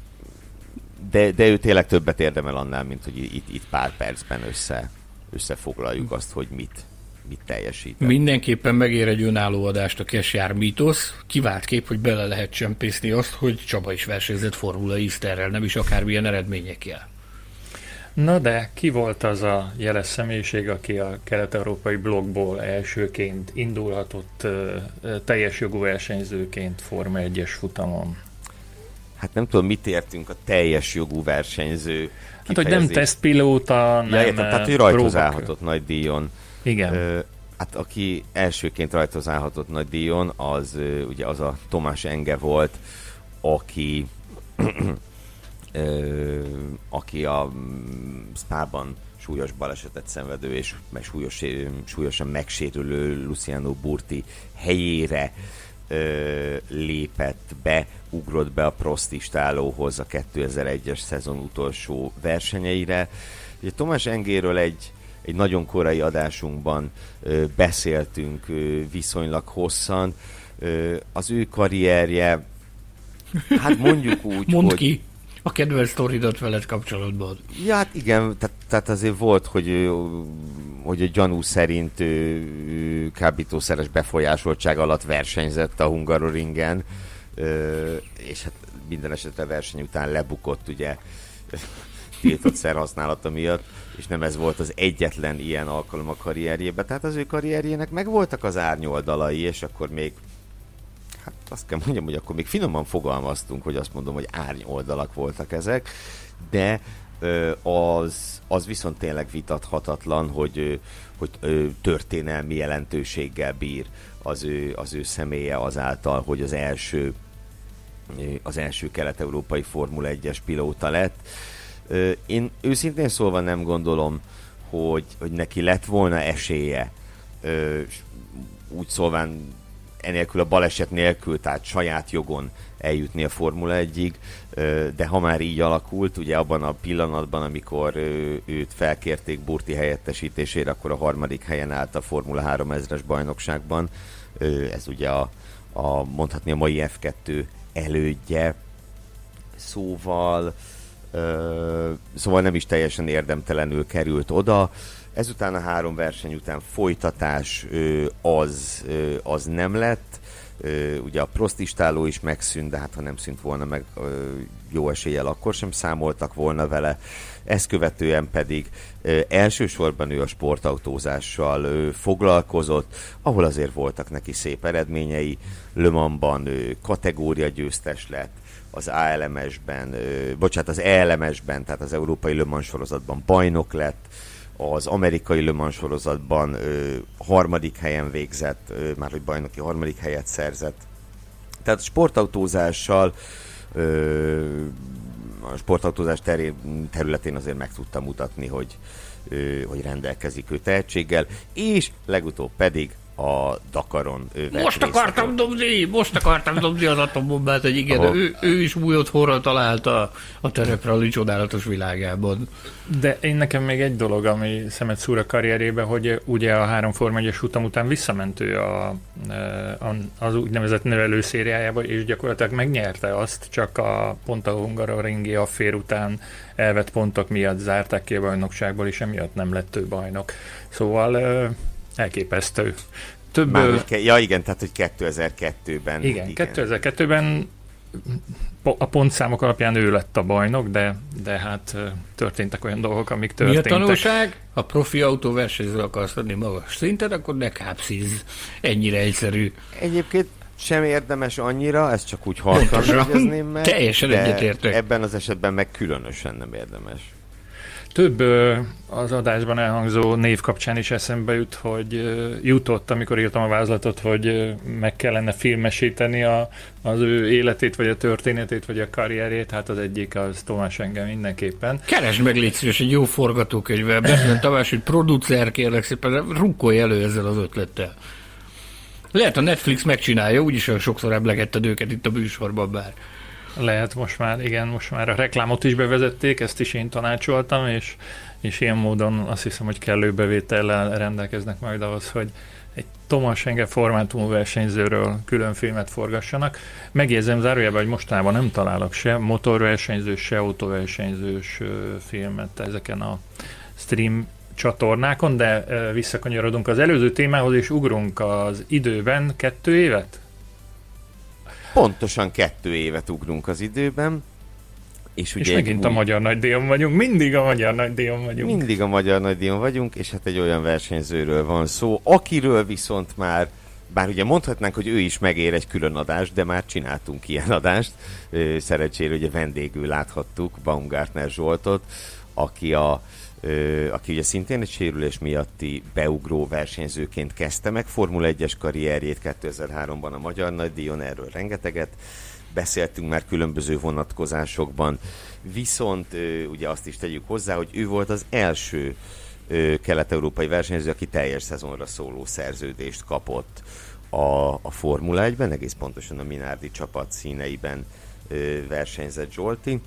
ő tényleg többet érdemel annál, mint hogy itt pár percben összefoglaljuk azt, hogy mit teljesített. Mindenképpen megér egy önálló adást a Kesjár mítosz. Kivált kép, hogy bele lehet csempészni azt, hogy Csaba is versenyzett Formula Easterrel, nem is akármilyen eredményekkel. Na de ki volt az a jeles személyiség, aki a kelet-európai blokkból elsőként indulhatott teljes jogú versenyzőként Forma 1-es futamon? Hát nem tudom, mit értünk a teljes jogú versenyző kifejezés. Hát, hogy nem tesztpilóta, nem értem, tehát ő rajtozálhatott nagy díjon. Igen. Hát aki elsőként rajtozálhatott nagy díjon, az ugye az a Tomás Enge volt, aki a Spában súlyos balesetet szenvedő és súlyosan megsérülő Luciano Burti helyére lépett be, ugrott be a Prost istálóhoz a 2001-es szezon utolsó versenyeire. Ugye Tomás Engéről egy nagyon korai adásunkban beszéltünk viszonylag hosszan. Az ő karrierje, hát mondjuk úgy, Mondd ki a kedvenc sztoridat veled kapcsolatban. Ja, hát igen, tehát azért volt, hogy a gyanú szerint kábítószeres befolyásoltság alatt versenyzett a Hungaroringen, és hát minden esetre verseny után lebukott, ugye, tiltott szerhasználata miatt, és nem ez volt az egyetlen ilyen alkalom a karrierjében. Tehát az ő karrierjének megvoltak az árnyoldalai, és akkor még, hát azt kell mondjam, hogy akkor még finoman fogalmaztunk, hogy azt mondom, hogy árnyoldalak voltak ezek, de az viszont tényleg vitathatatlan, hogy történelmi jelentőséggel bír az ő személye azáltal, hogy az első kelet-európai Formula 1-es pilóta lett. Én őszintén szólva nem gondolom, hogy neki lett volna esélye, úgy szólván enélkül a baleset nélkül, tehát saját jogon eljutni a Formula 1-ig, de ha már így alakult, ugye abban a pillanatban, amikor őt felkérték Burti helyettesítésére, akkor a 3. helyen állt a Formula 3000-es bajnokságban. Ez ugye mondhatni a mai F2 elődje. Szóval Szóval nem is teljesen érdemtelenül került oda. Ezután a 3 verseny után folytatás az nem lett. Ugye a prostistáló is megszűnt, de hát ha nem szűnt volna meg, jó eséllyel akkor sem számoltak volna vele. Ezt követően pedig elsősorban ő a sportautózással foglalkozott, ahol azért voltak neki szép eredményei. Le Mansban kategória győztes lett, az az ELMS-ben, tehát az Európai Le Mans sorozatban bajnok lett, az amerikai Le Mans sorozatban 3. helyen végzett, már hogy bajnoki 3. helyet szerzett. Tehát sportautózással, a sportautózás területén azért meg tudta mutatni, hogy rendelkezik ő tehetséggel, és legutóbb pedig a Dakaron Most akartam dobni az atombombát, hogy igen, ő is új otthonra találta a tereprali csodálatos világában. De nekem még egy dolog, ami szemet szúr a karrierjébe, hogy ugye a 3 Forma 1-es futam után visszament ő az úgynevezett növelőszériájába, és gyakorlatilag megnyerte azt, csak pont a hungaroringi affér után elvett pontok miatt zárták ki a bajnokságból, és emiatt nem lett ő bajnok. Szóval elképesztő. Igen, tehát hogy 2002-ben. Igen, 2002-ben a pontszámok alapján ő lett a bajnok, de hát történtek olyan dolgok, amik történtek. Mi a tanulság? Ha profi autóversenyző akarsz adni magas szinten, akkor ne kápszízz. Ennyire egyszerű. Egyébként sem érdemes annyira, ezt csak úgy halkan jegyezném meg. Teljesen egyetértek. Ebben az esetben meg különösen nem érdemes. Több az adásban elhangzó név kapcsán is eszembe jutott, amikor írtam a vázlatot, hogy meg kellene filmesíteni az ő életét, vagy a történetét, vagy a karrierjét. Hát az egyik az Tomás Engel mindenképpen. Keresd meg, légy szíves, egy jó forgatókönyvvel. Betlen Tamás, hogy producer, kérlek szépen, rukkolj elő ezzel az ötlettel. Lehet a Netflix megcsinálja, úgyis sokszor emlegetted őket itt a műsorban bár. Lehet most már a reklámot is bevezették, ezt is én tanácsoltam, és ilyen módon azt hiszem, hogy kellő bevétellel rendelkeznek majd ahhoz, hogy egy Thomas Engel formátumú versenyzőről külön filmet forgassanak. Megjegyzem zárójában, hogy mostanában nem találok se motorversenyzős, se autóversenyzős filmet ezeken a stream csatornákon, de visszakanyarodunk az előző témához, és ugrunk az időben 2 évet? Pontosan 2 évet ugrunk az időben. És megint a Magyar Nagydíjon vagyunk. Mindig a Magyar Nagydíjon vagyunk, és hát egy olyan versenyzőről van szó, akiről viszont már, bár ugye mondhatnánk, hogy ő is megér egy külön adást, de már csináltunk ilyen adást. Szerencsére ugye vendégül láthattuk Baumgartner Zsoltot, aki ugye szintén egy sérülés miatti beugró versenyzőként kezdte meg Formula 1-es karrierjét 2003-ban a Magyar Nagydíjon, erről rengeteget beszéltünk már különböző vonatkozásokban, viszont ugye azt is tegyük hozzá, hogy ő volt az első kelet-európai versenyző, aki teljes szezonra szóló szerződést kapott a Formula 1-ben, egész pontosan a Minardi csapat színeiben versenyzett Zsolti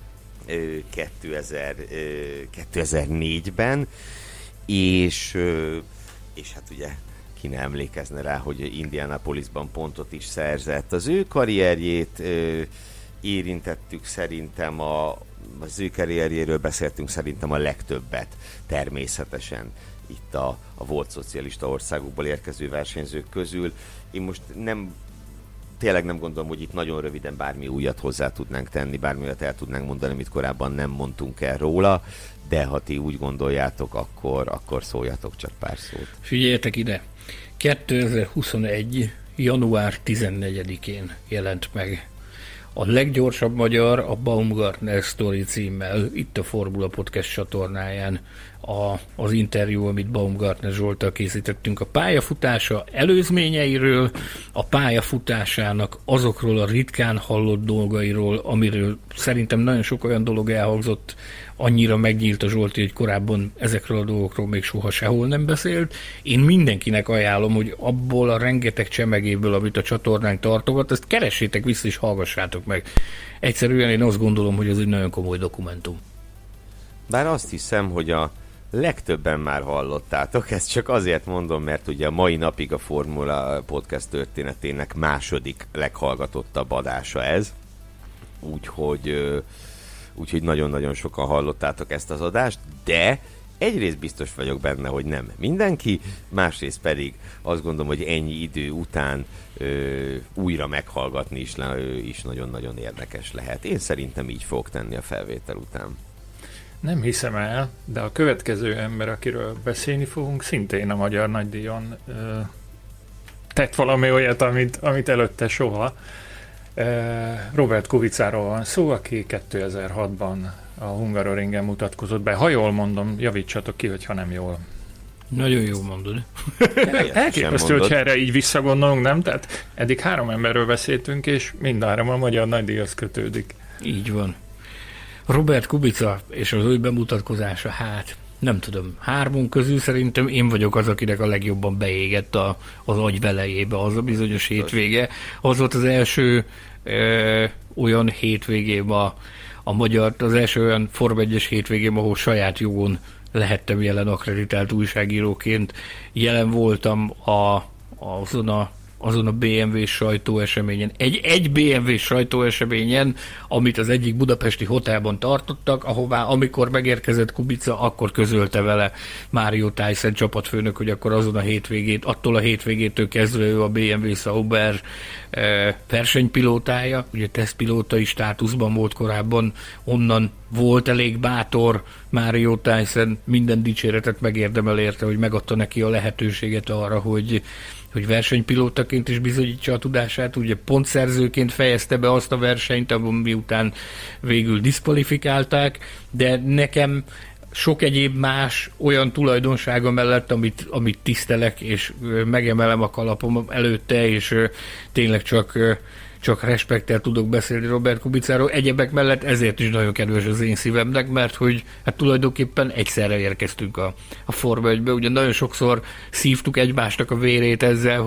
2004-ben, és hát ugye ki ne emlékezne rá, hogy Indianapolisban pontot is szerzett. Az ő karrierjét érintettük szerintem, az ő karrierjéről beszéltünk szerintem a legtöbbet természetesen itt a volt szocialista országokból érkező versenyzők közül. Én most tényleg nem gondolom, hogy itt nagyon röviden bármi újat hozzá tudnánk tenni, bármi újat el tudnánk mondani, amit korábban nem mondtunk el róla, de ha ti úgy gondoljátok, akkor szóljatok csak pár szót. Figyeljetek ide! 2021. január 14-én jelent meg a leggyorsabb magyar, a Baumgartner Story címmel, itt a Formula Podcast csatornáján az interjú, amit Baumgartner Zsolttal készítettünk a pályafutása előzményeiről, a pályafutásának azokról a ritkán hallott dolgairól, amiről szerintem nagyon sok olyan dolog elhangzott, annyira megnyílt a Zsolti, hogy korábban ezekről a dolgokról még soha sehol nem beszélt. Én mindenkinek ajánlom, hogy abból a rengeteg csemegéből, amit a csatornánk tartogat, ezt keressétek vissza és hallgassátok meg. Egyszerűen én azt gondolom, hogy ez egy nagyon komoly dokumentum. Bár azt hiszem, hogy a legtöbben már hallottátok, ezt csak azért mondom, mert ugye a mai napig a Formula Podcast történetének második leghallgatottabb adása ez. Úgyhogy úgyhogy nagyon-nagyon sokan hallottátok ezt az adást, de egyrészt biztos vagyok benne, hogy nem mindenki, másrészt pedig azt gondolom, hogy ennyi idő után újra meghallgatni is nagyon-nagyon érdekes lehet. Én szerintem így fogok tenni a felvétel után. Nem hiszem el, de a következő ember, akiről beszélni fogunk, szintén a Magyar Nagydíjon tett valami olyat, amit előtte soha. Robert Kubicáról van szó, aki 2006-ban a Hungaroringen mutatkozott be. Ha jól mondom, javítsatok ki, hogyha nem jól. Nagyon jól mondod. Elképesztő, hogy erre így visszagondolunk, nem? Tehát eddig 3 emberről beszéltünk, és mindhárom a Magyar Nagydíjhoz kötődik. Így van. Robert Kubica és az ő bemutatkozása, hát nem tudom, 3 közül szerintem én vagyok az, akinek a legjobban beégett az agy velejébe az a bizonyos hétvége. Az volt az első olyan hétvégém a magyar, az első olyan Form 1-es hétvégém, ahol saját jogon lehettem jelen akkreditált újságíróként. Jelen voltam azon a BMW sajtóeseményen, egy BMW sajtóeseményen, amit az egyik budapesti hotelban tartottak, ahová amikor megérkezett Kubica, akkor közölte vele Mário Tyson csapatfőnök, hogy akkor attól a hétvégétől kezdve ő a BMW Sauber versenypilótája, ugye tesztpilótai státuszban volt korábban, onnan volt elég bátor Mário Tyson, minden dicséretet megérdemel érte, hogy megadta neki a lehetőséget arra, hogy versenypilótaként is bizonyítsa a tudását, ugye pontszerzőként fejezte be azt a versenyt, miután végül diszkvalifikálták, de nekem sok egyéb más olyan tulajdonsága mellett, amit tisztelek, és megemelem a kalapom előtte, és tényleg csak respekttel tudok beszélni Robert Kubicáról. Egyebek mellett ezért is nagyon kedves az én szívemnek, mert hogy hát tulajdonképpen egyszerre érkeztünk a Forma 1-be. Ugye nagyon sokszor szívtuk egymásnak a vérét ezzel,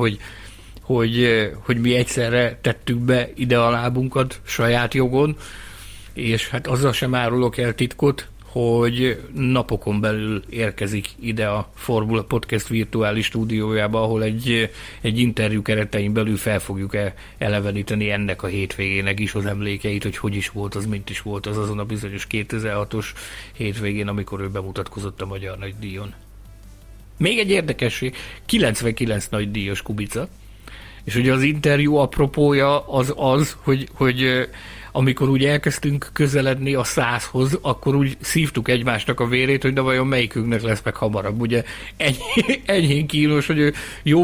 hogy mi egyszerre tettük be ide a lábunkat saját jogon, és hát azzal sem árulok el titkot, hogy napokon belül érkezik ide a Formula Podcast virtuális stúdiójába, ahol egy interjú keretein belül fel fogjuk eleveníteni ennek a hétvégének is az emlékeit, hogy is volt az, mint is volt az azon a bizonyos 2006-os hétvégén, amikor ő bemutatkozott a Magyar Nagydíjon. Még egy érdekesség, 99 nagydíjas Kubica, és ugye az interjú apropója az, hogy amikor úgy elkezdtünk közeledni a 100-hoz, akkor úgy szívtuk egymásnak a vérét, hogy de vajon melyikünknek lesz meg hamarabb. Ugye enyhén kínos, hogy ő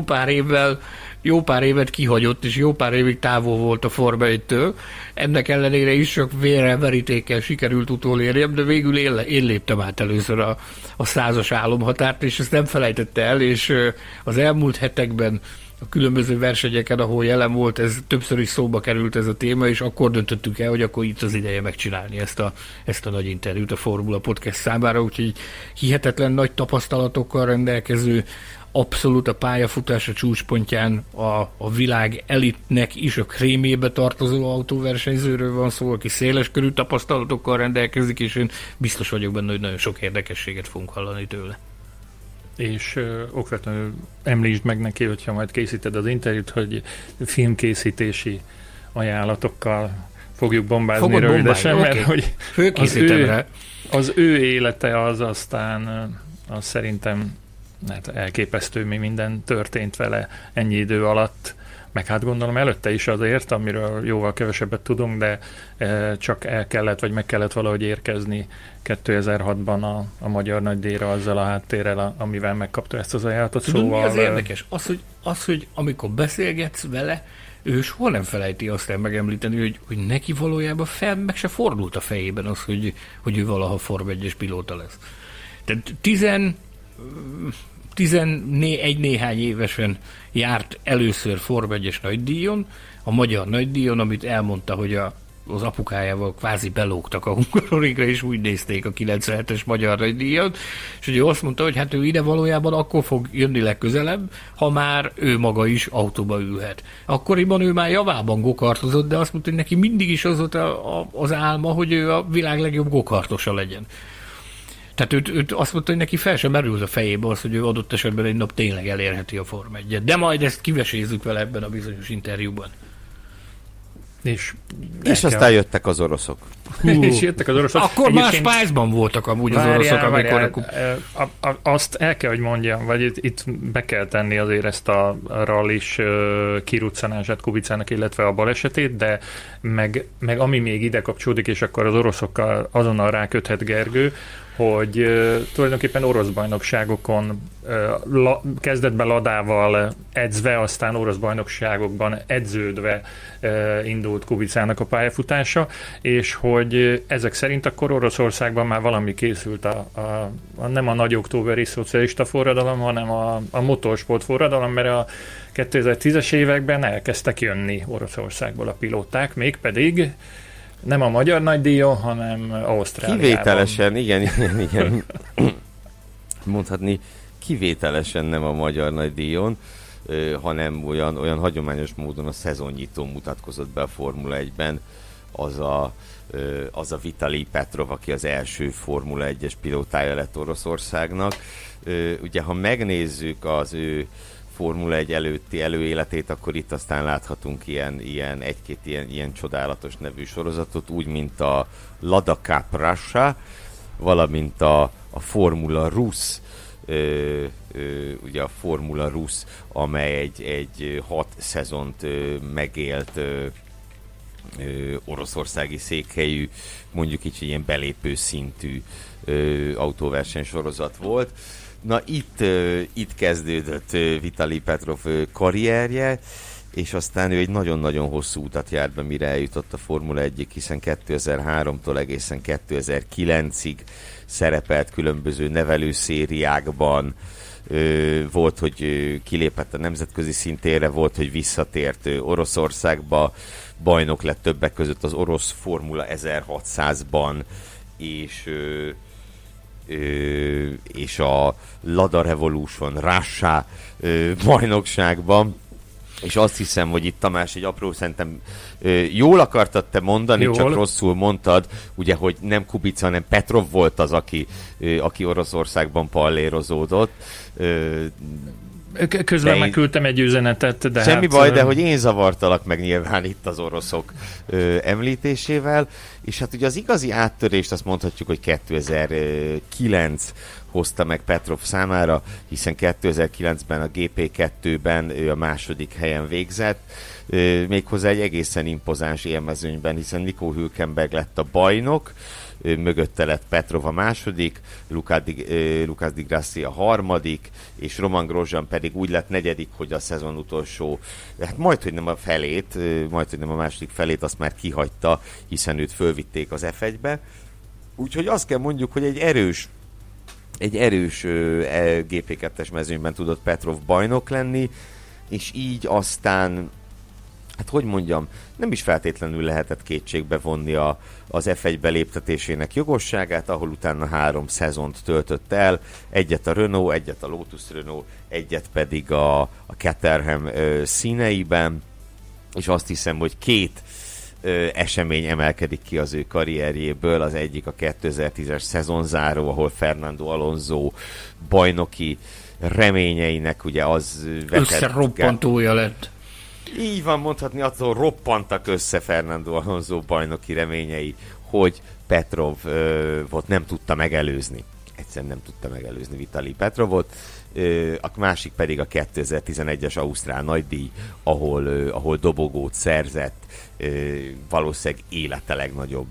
jó pár évet kihagyott, és jó pár évig távol volt a Forma 1-től. Ennek ellenére is csak vérrel, verítékkel sikerült utolérjem, de végül én léptem át először a 100-as álomhatárt, és ezt nem felejtette el, és az elmúlt hetekben a különböző versenyeken, ahol jelen volt, ez többször is szóba került ez a téma, és akkor döntöttük el, hogy akkor itt az ideje megcsinálni ezt a nagy interjút a Formula Podcast számára, úgyhogy hihetetlen nagy tapasztalatokkal rendelkező, abszolút a pályafutása csúcspontján a világ elitnek is a krémébe tartozó autóversenyzőről van szó, aki széleskörű tapasztalatokkal rendelkezik, és én biztos vagyok benne, hogy nagyon sok érdekességet fogunk hallani tőle. És okvetlenül említsd meg neki, hogyha majd készíted az interjút, hogy filmkészítési ajánlatokkal fogjuk bombázni rövidesen, mert hogy az ő élete az aztán az szerintem elképesztő, mi minden történt vele ennyi idő alatt, meg hát gondolom előtte is azért, amiről jóval kevesebbet tudunk, de csak meg kellett valahogy érkezni 2006-ban a Magyar Nagydíjra azzal a háttérrel, amivel megkapta ezt az ajánlatot. Tudod, mi az érdekes? Az, hogy amikor beszélgetsz vele, ő soha nem felejti azt el megemlíteni, hogy neki valójában meg se fordult a fejében az, hogy ő valaha Form 1-es pilóta lesz. Tehát 11 néhány évesen járt először Form 1-es nagydíjon, a Magyar Nagydíjon, amit elmondta, hogy az apukájával kvázi belógtak a Hungaroringre, és úgy nézték a 97-es Magyar Nagydíjon, és ugye azt mondta, hogy hát ő ide valójában akkor fog jönni legközelebb, ha már ő maga is autóba ülhet. Akkoriban ő már javában gokartozott, de azt mondta, hogy neki mindig is az volt az álma, hogy ő a világ legjobb gokartosa legyen. Tehát őt azt mondta, hogy neki fel sem merült a fejébe az, hogy ő adott esetben egy nap tényleg elérheti a Forma 1-et. De majd ezt kivesézzük vele ebben a bizonyos interjúban. És aztán jöttek az oroszok. És jöttek az oroszok. Akkor már Spice-ban voltak amúgy az oroszok, amikor... Azt el kell, hogy mondjam, vagy itt be kell tenni azért ezt a rallis kiruccanását Kubicának, illetve a balesetét, de meg ami még ide kapcsolódik, és akkor az oroszokkal azonnal ráköthet Gergő, hogy tulajdonképpen orosz bajnokságokon kezdetben Ladával edzve, aztán orosz bajnokságokban edződve indult Kubicának a pályafutása, és hogy ezek szerint akkor Oroszországban már valami készült, nem a nagy októberi szocialista forradalom, hanem a motorsport forradalom, mert a 2010-es években elkezdtek jönni Oroszországból a pilóták, mégpedig nem a magyar nagydíjon, hanem Ausztráliában. Kivételesen, igen. Mondhatni, kivételesen nem a magyar nagydíjon, hanem olyan hagyományos módon a szezonnyitón mutatkozott be a Formula 1-ben az a Vitali Petrov, aki az első Formula 1-es pilótája lett Oroszországnak. Ugye, ha megnézzük az ő Formula 1 előtti előéletét, akkor itt aztán láthatunk egy-két ilyen csodálatos nevű sorozatot, úgy, mint a Lada Cup Russia, valamint a Formula Rus, ugye a Formula Rus, amely egy 6 szezont megélt oroszországi székhelyű, mondjuk így ilyen belépő szintű autóverseny sorozat volt. Na itt kezdődött Vitali Petrov karrierje, és aztán ő egy nagyon-nagyon hosszú utat járt be, mire eljutott a Formula 1-ig, hiszen 2003-tól egészen 2009-ig szerepelt különböző nevelőszériákban, volt, hogy kilépett a nemzetközi szintére, volt, hogy visszatért Oroszországba, bajnok lett többek között az orosz Formula 1600-ban, és a Lada Revolution Russia bajnokságban, és azt hiszem, hogy itt Tamás egy apró, szerintem jól akartad te mondani, jól. Csak rosszul mondtad, ugye, hogy nem Kubica, hanem Petrov volt az, aki Oroszországban pallérozódott. Közben megküldtem egy üzenetet, de semmi baj, de hogy én zavartalak meg nyilván itt az oroszok említésével, és hát ugye az igazi áttörést azt mondhatjuk, hogy 2009 hozta meg Petrov számára, hiszen 2009-ben a GP2-ben ő a második helyen végzett, méghozzá egy egészen impozáns élmezőnyben, hiszen Nico Hülkenberg lett a bajnok, mögötte lett Petrov a második, Lucas Di Grassi a harmadik, és Roman Grosjean pedig úgy lett negyedik, hogy a szezon utolsó, hát majdhogy nem a felét, majdhogy nem a második felét, azt már kihagyta, hiszen őt fölvitték az F1-be. Úgyhogy azt kell mondjuk, hogy egy erős GP2-es mezőnyben tudott Petrov bajnok lenni, és így aztán, hát hogy mondjam, nem is feltétlenül lehetett kétségbe vonni az F1-be léptetésének jogosságát, ahol utána 3 szezont töltött el, egyet a Renault, egyet a Lotus Renault, egyet pedig a Caterham színeiben, és azt hiszem, hogy 2 esemény emelkedik ki az ő karrierjéből, az egyik a 2010-es szezonzáró, ahol Fernando Alonso bajnoki reményeinek ugye az összeroppantója lett. Így van, mondhatni, attól roppantak össze Fernando Alonso bajnoki reményei, hogy Petrovot nem tudta megelőzni. Egyszerűen nem tudta megelőzni Vitali Petrovot. A másik pedig a 2011-es ausztrál nagydíj, ahol dobogót szerzett, valószínűleg élete legnagyobb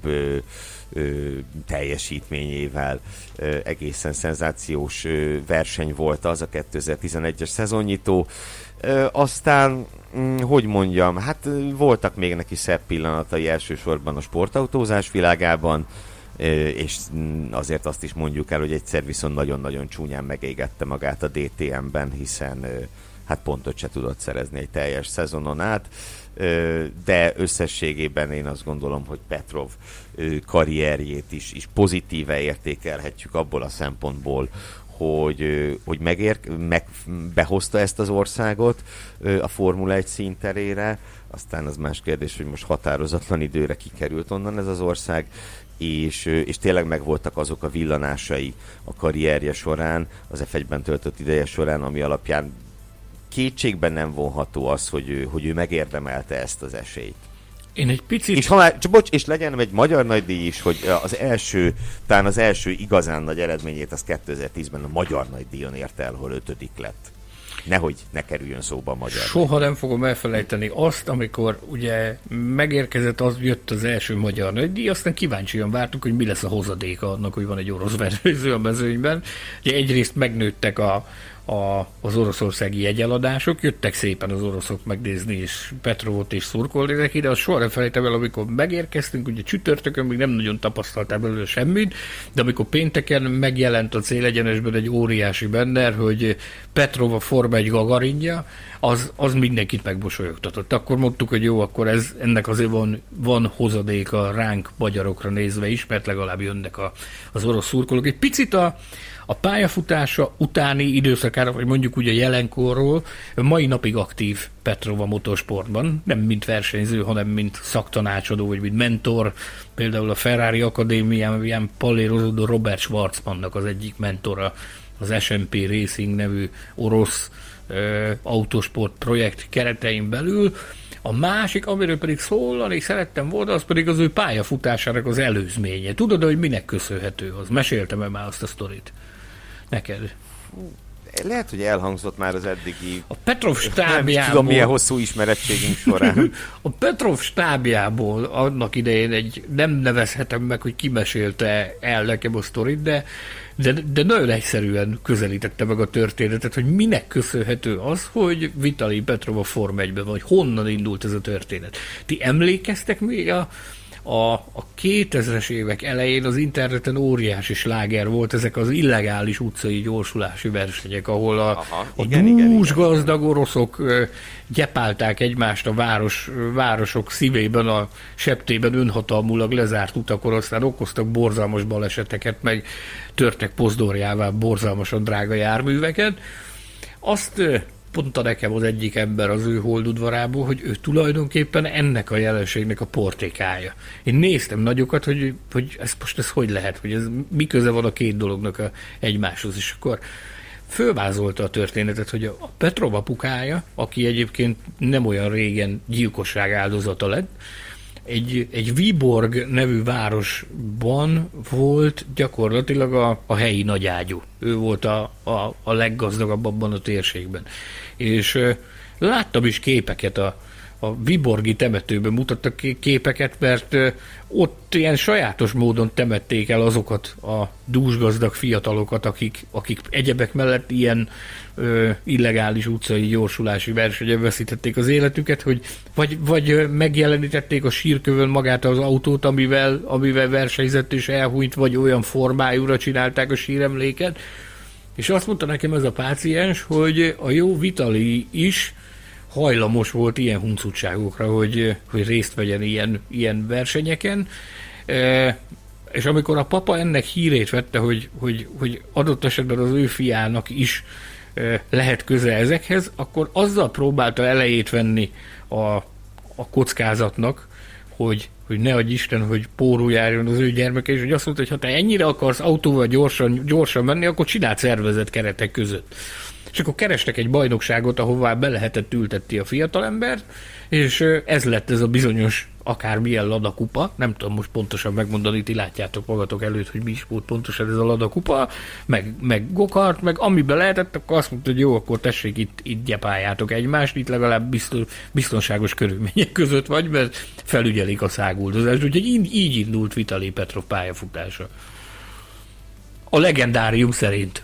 teljesítményével. Egészen szenzációs verseny volt az a 2011-es szezonnyitó. Aztán, hogy mondjam, hát voltak még neki szebb pillanatai elsősorban a sportautózás világában, és azért azt is mondjuk el, hogy egyszer viszont nagyon-nagyon csúnyán megégette magát a DTM-ben, hiszen hát pontot se tudott szerezni egy teljes szezonon át, de összességében én azt gondolom, hogy Petrov karrierjét is pozitíve értékelhetjük abból a szempontból, hogy behozta ezt az országot a Formula 1 színterére, aztán az más kérdés, hogy most határozatlan időre kikerült onnan ez az ország, és tényleg megvoltak azok a villanásai a karrierje során, az F1-ben töltött ideje során, ami alapján kétségben nem vonható az, hogy ő megérdemelte ezt az esélyt. Én egy picit... És, és legyen egy magyar nagydíj is, hogy talán az első igazán nagy eredményét az 2010-ben a magyar nagydíjon ért el, hol 5. lett. Nehogy ne kerüljön szóba a magyar. Soha nem fogom elfelejteni azt, amikor ugye megérkezett, jött az első magyar nagydíj, aztán kíváncsian vártuk, hogy mi lesz a hozadéka annak, hogy van egy orosz versenyző a mezőnyben. Ugye egyrészt megnőttek az oroszországi jegyeladások, jöttek szépen az oroszok megnézni, és Petrovot és szurkolni neki, de azt soha nem felejtem el, amikor megérkeztünk, ugye csütörtökön még nem nagyon tapasztaltál belőle semmit, de amikor pénteken megjelent a célegyenesben egy óriási banner, hogy Petrov a Forma 1 Gagarinja, az mindenkit megmosolyogtatott. Akkor mondtuk, hogy jó, akkor ennek azért van hozadéka ránk magyarokra nézve is, mert legalább jönnek az orosz szurkolók. Egy picit a pályafutása utáni időszakára, vagy mondjuk ugye jelenkorról, mai napig aktív Petrov a motorsportban, nem mint versenyző, hanem mint szaktanácsadó, vagy mint mentor. Például a Ferrari Akadémián ilyen pallérozódó Robert Schwarzmannak az egyik mentora, az SMP Racing nevű orosz autosport projekt keretein belül. A másik, amiről pedig szólani szerettem volna, az pedig az ő pályafutásának az előzménye. Tudod, hogy minek köszönhető az? Meséltem-e már azt a sztorit neked? Lehet, hogy elhangzott már az eddigi... A Petrov stábjából... Nem tudom, milyen hosszú ismerettségünk során. A Petrov stábjából annak idején nem nevezhetem meg, hogy kimesélte el nekem a sztorit, de nagyon egyszerűen közelítette meg a történetet, hogy minek köszönhető az, hogy Vitali Petrov a Forma 1-ben vagy, honnan indult ez a történet. Ti emlékeztek még a 2000-es évek elején az interneten óriási sláger volt ezek az illegális utcai gyorsulási versenyek, ahol a dúsgazdag oroszok gyepálták egymást a városok szívében, a septében önhatalmulag lezárt utakon, aztán okoztak borzalmas baleseteket, meg törtek pozdorjává borzalmasan drága járműveket. Azt mondta nekem az egyik ember az ő holdudvarából, hogy ő tulajdonképpen ennek a jelenségnek a portékája. Én néztem nagyokat, hogy ez hogy lehet, hogy ez mi köze van a két dolognak egymáshoz, és akkor fölvázolta a történetet, hogy a Petrov apukája, aki egyébként nem olyan régen gyilkosság áldozata lett, egy Viborg nevű városban volt gyakorlatilag a helyi nagyágyú. Ő volt a leggazdagabb abban a térségben. És láttam is képeket, a Viborgi temetőben mutattak képeket, mert ott ilyen sajátos módon temették el azokat a dúsgazdag fiatalokat, akik egyebek mellett ilyen illegális utcai gyorsulási versenyen veszítették az életüket, hogy vagy megjelenítették a sírkövön magát az autót, amivel versenyzett és elhúnyt, vagy olyan formájúra csinálták a síremléket. És azt mondta nekem ez a páciens, hogy a jó Vitali is hajlamos volt ilyen huncutságokra, hogy részt vegyen ilyen versenyeken. És amikor a papa ennek hírét vette, hogy adott esetben az ő fiának is lehet köze ezekhez, akkor azzal próbálta elejét venni a kockázatnak, hogy ne adj Isten, hogy pórul járjon az ő gyermeke, és hogy azt mondta, hogy ha te ennyire akarsz autóval gyorsan menni, akkor csináld szervezett keretek között. És akkor kerestek egy bajnokságot, ahová be lehetett ültetni a fiatalembert, és ez lett ez a bizonyos akármilyen Lada kupa, nem tudom most pontosan megmondani, ti látjátok magatok előtt, hogy mi is volt pontosan ez a Lada kupa, meg gokart, meg amiben lehetett, akkor azt mondta, hogy jó, akkor tessék itt gyepáljátok egymást, itt legalább biztonságos körülmények között vagy, mert felügyelik a száguldozást, úgyhogy így indult Vitali Petrov pályafutása. A legendárium szerint.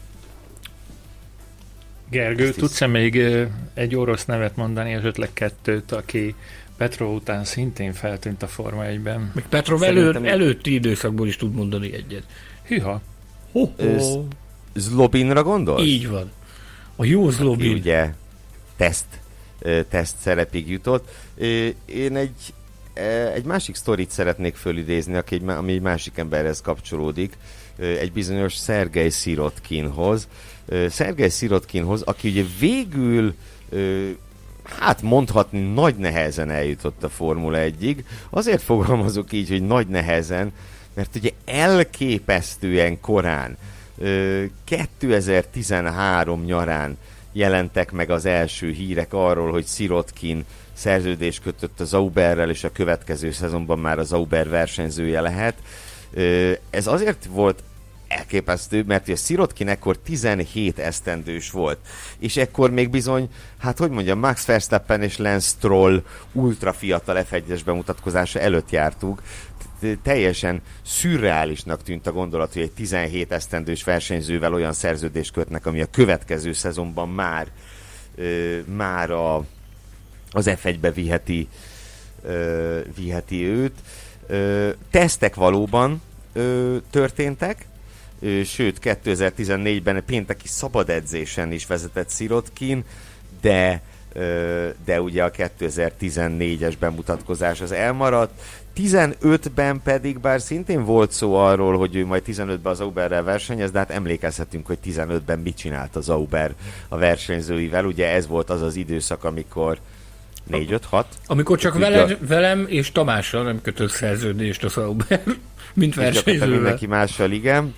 Gergő, tudsz-e még egy orosz nevet mondani, esetleg kettőt, aki Petrov után szintén feltűnt a Forma 1-ben? Meg Petrov előtti időszakból is tud mondani egyet. Hűha. Zlobinra gondolsz? Így van. A jó Zlobin. Aki ugye teszt szerepig jutott. Én egy másik sztorit szeretnék fölidézni, ami egy másik emberhez kapcsolódik. Egy bizonyos Szergej Szirotkinhoz. Aki ugye végül mondhatni nagy nehezen eljutott a Formula 1-ig. Azért fogalmazok így, hogy nagy nehezen, mert ugye elképesztően korán, 2013 nyarán jelentek meg az első hírek arról, hogy Szirotkin szerződést kötött a Zauberrel, és a következő szezonban már a Zauber versenyzője lehet. Ez azért volt elképesztő, mert a Sirotkin ekkor 17 esztendős volt, és ekkor még bizony, hát hogy mondjam, Max Verstappen és Lance Stroll ultra fiatal F1-es bemutatkozása előtt jártuk. Teljesen szürreálisnak tűnt a gondolat, hogy egy 17 esztendős versenyzővel olyan szerződést kötnek, ami a következő szezonban már az F1-be viheti őt. Tesztek valóban történtek, sőt 2014-ben pénteki szabad edzésen is vezetett Sirotkin, de ugye a 2014-es bemutatkozás az elmaradt. 15-ben pedig, bár szintén volt szó arról, hogy ő majd 15-ben az Zauberrel versenyez, de hát emlékezhetünk, hogy 15-ben mit csinált a Zauber a versenyzőivel. Ugye ez volt az az időszak, amikor 4-5-6. Amikor csak velem és Tamással nem kötött szerződést a Zauber, mint versenyzővel. Mindenki mással, igen.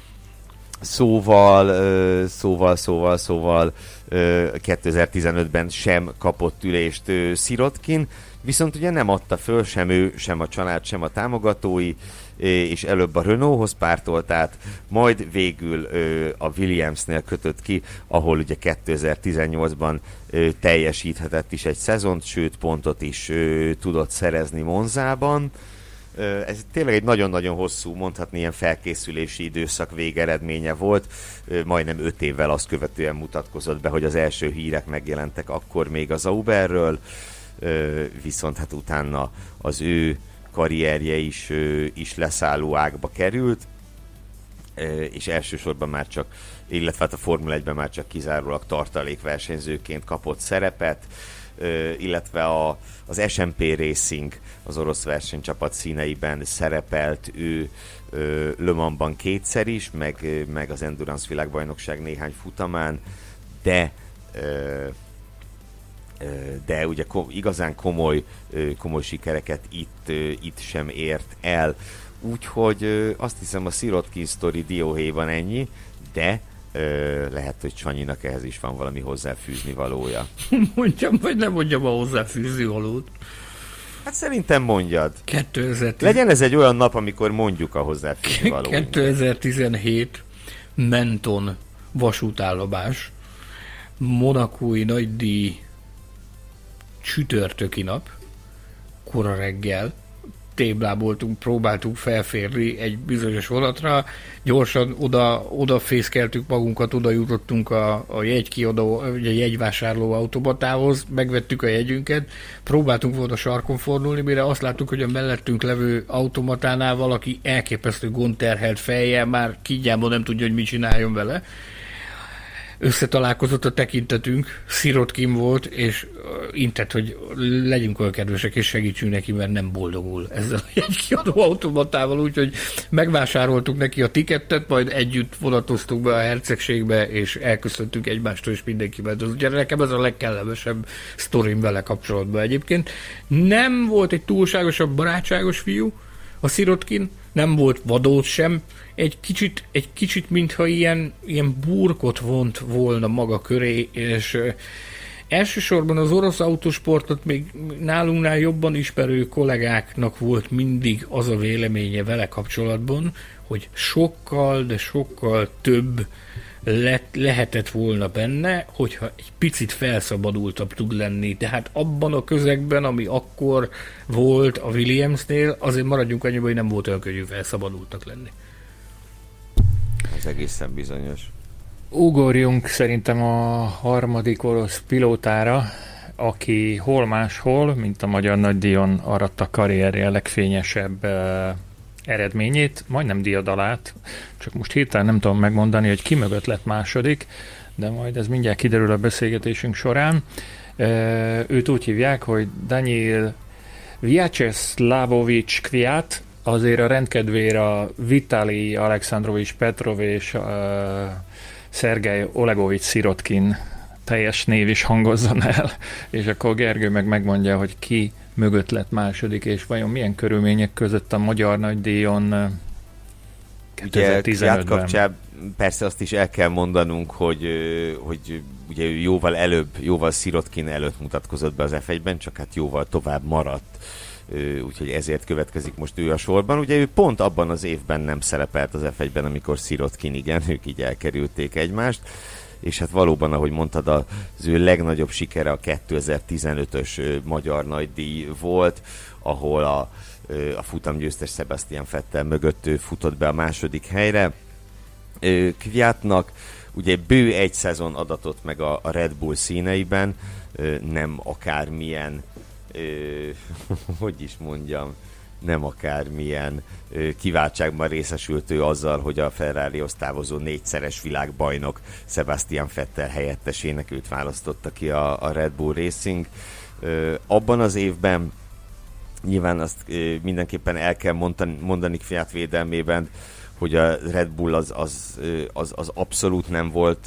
Szóval 2015-ben sem kapott ülést Sirotkin, viszont ugye nem adta föl sem ő, sem a család, sem a támogatói, és előbb a Renaulthoz pártolt át, majd végül a Williamsnél kötött ki, ahol ugye 2018-ban teljesíthetett is egy szezont, sőt pontot is tudott szerezni Monzában. Ez tényleg egy nagyon-nagyon hosszú, mondhatni ilyen felkészülési időszak végeredménye volt. Majdnem 5 évvel azt követően mutatkozott be, hogy az első hírek megjelentek akkor még az Zauberről, viszont hát utána az ő karrierje is leszálló ágba került, és elsősorban már csak, illetve hát a Formula 1-ben már csak kizárólag tartalékversenyzőként kapott szerepet, illetve az SMP Racing, az orosz versenycsapat színeiben szerepelt ő Le Mansban 2-szer is, meg az Endurance világbajnokság néhány futamán, de ugye igazán komoly sikereket itt sem ért el. Úgyhogy azt hiszem, a Sirotkin sztori dióhéjban ennyi, de lehet, hogy Sanyinak ehhez is van valami hozzáfűzni valója. Mondjam, vagy nem mondjam a hozzáfűzni valót? Hát szerintem mondjad. 2010... Legyen ez egy olyan nap, amikor mondjuk a hozzáfűzni valót. 2017 Menton vasútállomás, monakói nagydíj csütörtöki nap, kora reggel, tébláboltunk, próbáltunk felférni egy bizonyos vonatra, gyorsan oda fészkeltük magunkat, oda jutottunk a jegyvásárló automatához, megvettük a jegyünket, próbáltunk volna sarkon fordulni, mire azt láttuk, hogy a mellettünk levő automatánál valaki elképesztő gondterhelt fejjel, már kígyából nem tudja, hogy mit csináljon vele. Összetalálkozott a tekintetünk, Sirotkin volt, és intett, hogy legyünk olyan kedvesek, és segítsünk neki, mert nem boldogul ezzel a jegykiadó automatával, úgyhogy megvásároltuk neki a tikettet, majd együtt vonatoztunk be a hercegségbe, és elköszöntünk egymástól, és mindenkivel. Ugye nekem ez a legkellemesebb sztorim vele kapcsolatban egyébként. Nem volt egy túlságosabb barátságos fiú, a Sirotkin, nem volt vadóc sem, egy kicsit mintha ilyen burkot vont volna maga köré, és elsősorban az orosz autósportot még nálunknál jobban ismerő kollégáknak volt mindig az a véleménye vele kapcsolatban, hogy sokkal, de sokkal több lehetett volna benne, hogyha egy picit felszabadultabb tud lenni. Tehát abban a közegben, ami akkor volt a Williamsnél, azért maradjunk annyiban, hogy nem volt olyan könnyű felszabadultak lenni. Ez egészen bizonyos. Ugorjunk szerintem a harmadik orosz pilótára, aki hol máshol, mint a magyar nagydíjon aratta karrierje legfényesebb eredményét, majdnem diadalát, csak most hirtelen nem tudom megmondani, hogy ki mögött lett második, de majd ez mindjárt kiderül a beszélgetésünk során. Őt úgy hívják, hogy Daniil Vyacheslavovics Kviat, azért a rendkedvére a Vitali Alexandrovics Petrov és Szergej Olegovics Sirotkin teljes név is hangozzon el, és akkor Gergő megmondja, hogy ki mögött lett második, és vajon milyen körülmények között a magyar nagydíjon ugye Kvyat kapcsán persze azt is el kell mondanunk, hogy ugye jóval Szirotkin előtt mutatkozott be az F1-ben, csak hát jóval tovább maradt, úgyhogy ezért következik most ő a sorban. Ugye ő pont abban az évben nem szerepelt az F1-ben, amikor Szirotkin, igen, ők így elkerülték egymást, és hát valóban, ahogy mondtad, az ő legnagyobb sikere a 2015-ös magyar nagydíj volt, ahol a futamgyőztes Sebastian Vettel mögött futott be a második helyre. Kvyatnak ugye bő egy szezon adatott meg a Red Bull színeiben, nem akármilyen nem akármilyen kiváltságban részesült ő azzal, hogy a Ferrarihoz távozó 4-szeres világbajnok Sebastian Vettel helyettesének őt választotta ki a Red Bull Racing. Abban az évben nyilván azt mindenképpen el kell mondani Kvyat védelmében, hogy a Red Bull az abszolút nem volt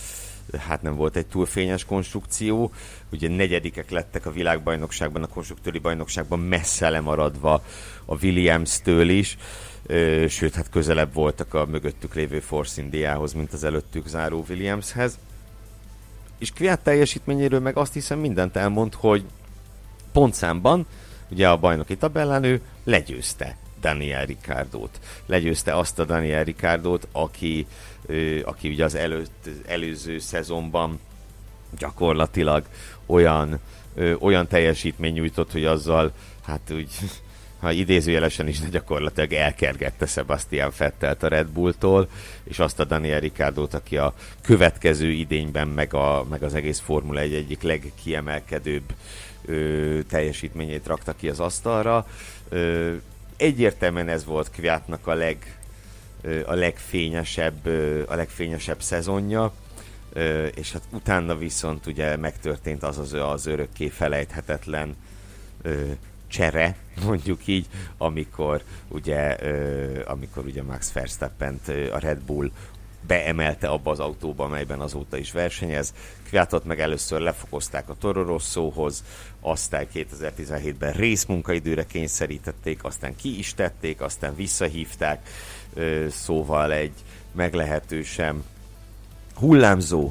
egy túl fényes konstrukció. Ugye negyedikek lettek a világbajnokságban, a konstruktőri bajnokságban, messze lemaradva a Williams-től is, sőt, hát közelebb voltak a mögöttük lévő Force Indiához, mint az előttük záró Williamshez. És Kvyat teljesítményéről meg azt hiszem mindent elmond, hogy pontszámban, ugye a bajnoki tabellán ő legyőzte Daniel Ricciardót. Legyőzte azt a Daniel Ricciardót, aki ugye az előző szezonban gyakorlatilag olyan teljesítmény nyújtott, hogy azzal, hát úgy, ha idézőjelesen is, de gyakorlatilag elkergette Sebastian Vettelt a Red Bulltól, és azt a Daniel Ricciardót, aki a következő idényben meg az egész Formula 1 egyik legkiemelkedőbb teljesítményét rakta ki az asztalra. Egyértelműen ez volt Kvyatnak a legfényesebb szezonja, és hát utána viszont ugye megtörtént az örökké felejthetetlen csere, mondjuk így, amikor ugye Max Verstappent a Red Bull beemelte abba az autóba, amelyben azóta is versenyez. Kvyatot meg először lefokozták a Toro Rossóhoz, aztán 2017-ben részmunkaidőre kényszerítették, aztán ki is tették, aztán visszahívták, szóval egy meglehetősen hullámzó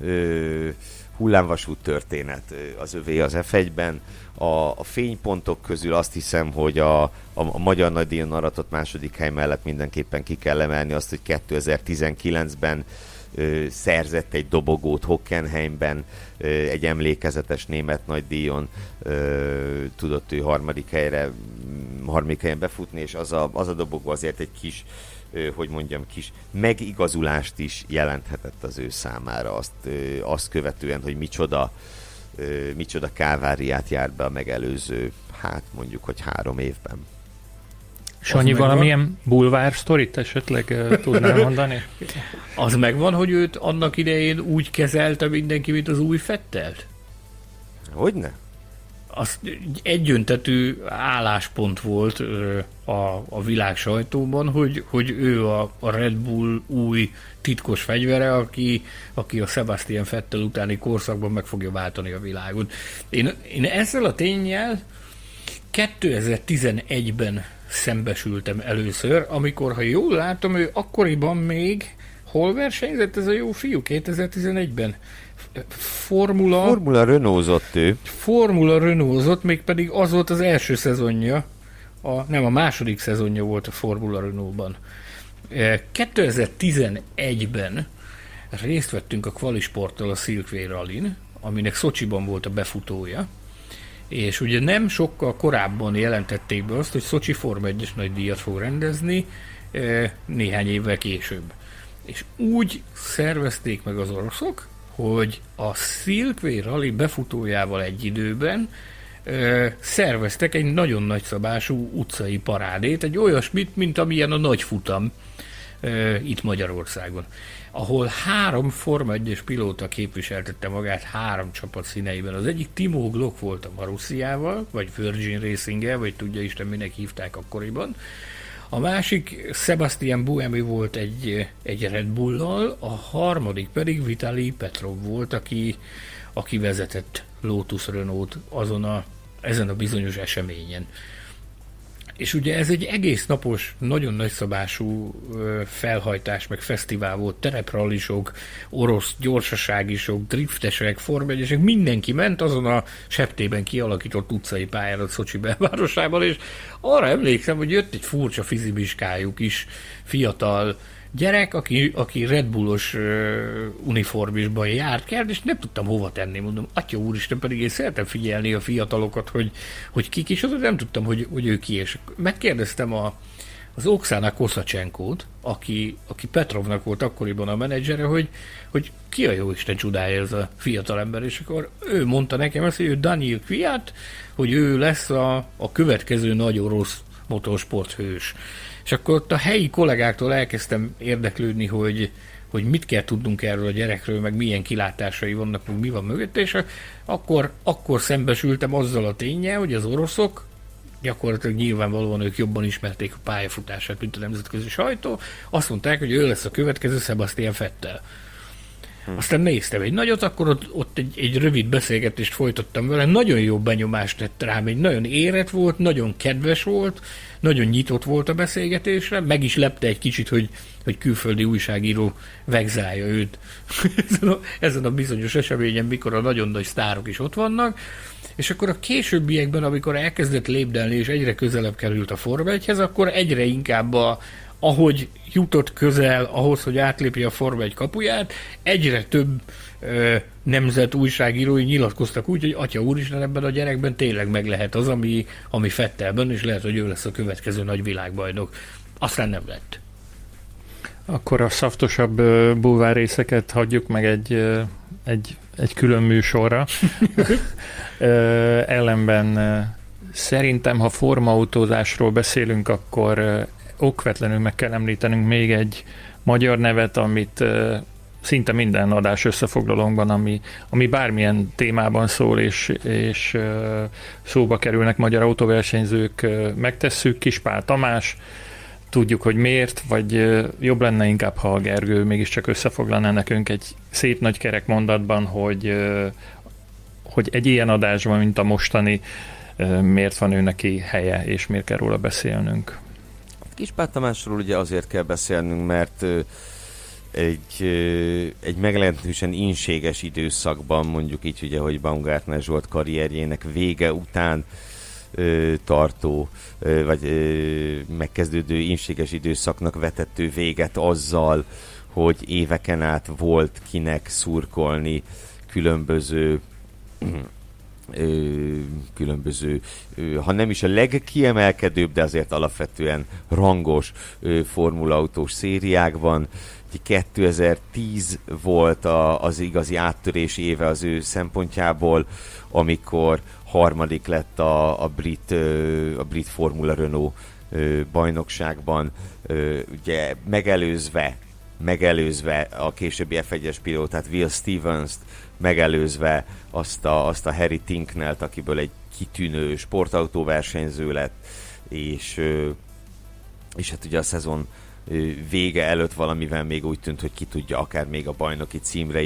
hullámvasút történet az övé az F1-ben. A fénypontok közül azt hiszem, hogy a magyar nagydíjon aratott második hely mellett mindenképpen ki kell emelni azt, hogy 2019-ben szerzett egy dobogót Hockenheimben, egy emlékezetes német nagydíjon tudott ő harmadik helyen befutni, és az a dobogó azért egy kis kis megigazulást is jelenthetett az ő számára, azt követően, hogy micsoda káváriát járt be a megelőző, hát mondjuk, hogy 3 évben. Sanyi, valamilyen bulvár sztorit esetleg tudnál mondani? Az megvan, hogy őt annak idején úgy kezelte mindenki, mint az új Vettelt? Hogyne? Az egyöntetű álláspont volt a világ sajtóban, hogy ő a Red Bull új titkos fegyvere, aki a Sebastian Vettel utáni korszakban meg fogja váltani a világot. Én ezzel a ténnyel 2011-ben szembesültem először, amikor, ha jól látom, ő akkoriban még hol versenyzett ez a jó fiú 2011-ben? Formula Renault-zott ő. Formula Renault-zott, mégpedig az volt az első szezonja, nem a második szezonja volt a Formula Renault-ban. 2011-ben részt vettünk a Qualisporttal a Silkway Rallyn, aminek Szocsiban volt a befutója, és ugye nem sokkal korábban jelentették be azt, hogy Szocsi Forma 1-es nagydíjat fog rendezni néhány évvel később. És úgy szervezték meg az oroszok, hogy a Silkway Rally befutójával egy időben szerveztek egy nagyon nagyszabású utcai parádét, egy olyasmit, mint amilyen a nagyfutam itt Magyarországon, ahol 3 Forma 1-es pilóta képviseltette magát 3 csapat színeiben. Az egyik Timo Glock volt a Marussiával, vagy Virgin Racing-el, vagy tudja Isten minek hívták akkoriban. A másik Sebastian Buemi volt egy Red Bull-lal, a harmadik pedig Vitali Petrov volt, aki vezetett Lotus Renault ezen a bizonyos eseményen. És ugye ez egy egész napos, nagyon nagyszabású felhajtás, meg fesztivál volt, tereprallisok, orosz gyorsaságisok, driftesek, formegyesek, mindenki ment azon a septében kialakított utcai pályára Szocsi belvárosában, és arra emlékszem, hogy jött egy furcsa fizibiskájuk is, fiatal gyerek, aki Red Bullos uniformisban járt kell, és nem tudtam hova tenni, mondom, atya úristen, pedig én szeretem figyelni a fiatalokat, hogy kik, és azon nem tudtam, hogy ő ki, és megkérdeztem az Oksana Koszacsenkót, aki Petrovnak volt akkoriban a menedzsere, hogy ki a jó Isten csodája ez a fiatalember, és akkor ő mondta nekem azt, hogy ő Daniil Kviat, hogy ő lesz a következő nagy orosz motorsporthős. És akkor ott a helyi kollégáktól elkezdtem érdeklődni, hogy mit kell tudnunk erről a gyerekről, meg milyen kilátásai vannak, meg mi van mögötte, és akkor szembesültem azzal a ténnyel, hogy az oroszok, gyakorlatilag nyilvánvalóan ők jobban ismerték a pályafutását, mint a nemzetközi sajtó, azt mondták, hogy ő lesz a következő Sebastian Vettel. Aztán néztem egy nagyot, akkor ott egy rövid beszélgetést folytattam vele, nagyon jó benyomást tett rám, egy nagyon érett volt, nagyon kedves volt, nagyon nyitott volt a beszélgetésre, meg is lepte egy kicsit, hogy külföldi újságíró vegzálja őt ezen a bizonyos eseményen, mikor a nagyon nagy sztárok is ott vannak, és akkor a későbbiekben, amikor elkezdett lépdelni, és egyre közelebb került a Forma 1-hez, akkor egyre inkább ahogy jutott közel ahhoz, hogy átlépje a Forma 1 kapuját, egyre több nemzet újságírói nyilatkoztak úgy, hogy atya úristen, ebben a gyerekben tényleg meg lehet az, ami Vettelben, és lehet, hogy ő lesz a következő nagy világbajnok. Aztán nem lett. Akkor a szaftosabb bulvár részeket hagyjuk meg egy külön műsorra. Ellenben szerintem, ha formautózásról beszélünk, akkor okvetlenül meg kell említenünk még egy magyar nevet, amit szinte minden adás összefoglalónkban, ami bármilyen témában szól, és szóba kerülnek magyar autóversenyzők, megtesszük. Kispál Tamás, tudjuk, hogy miért, vagy jobb lenne inkább, ha a Gergő mégiscsak összefoglalná nekünk egy szép nagy kerek mondatban, hogy egy ilyen adásban, mint a mostani, miért van ő neki helye, és miért kell róla beszélnünk. Kispál Tamásról ugye azért kell beszélnünk, mert egy meglehetősen inséges időszakban, mondjuk így ugye, hogy Baumgartner Zsolt karrierjének vége után tartó, vagy megkezdődő inséges időszaknak vetett ő véget azzal, hogy éveken át volt kinek szurkolni különböző, ha nem is a legkiemelkedőbb, de azért alapvetően rangos formulaautós szériákban. 2010 volt az igazi áttörés éve az ő szempontjából, amikor harmadik lett a brit Formula Renault bajnokságban, ugye megelőzve a későbbi F1-es pilótát, Will Stevens-t, megelőzve azt a Harry Tinknelt, akiből egy kitűnő sportautóversenyző lett, és hát ugye a szezon vége előtt valamivel még úgy tűnt, hogy ki tudja, akár még a bajnoki címre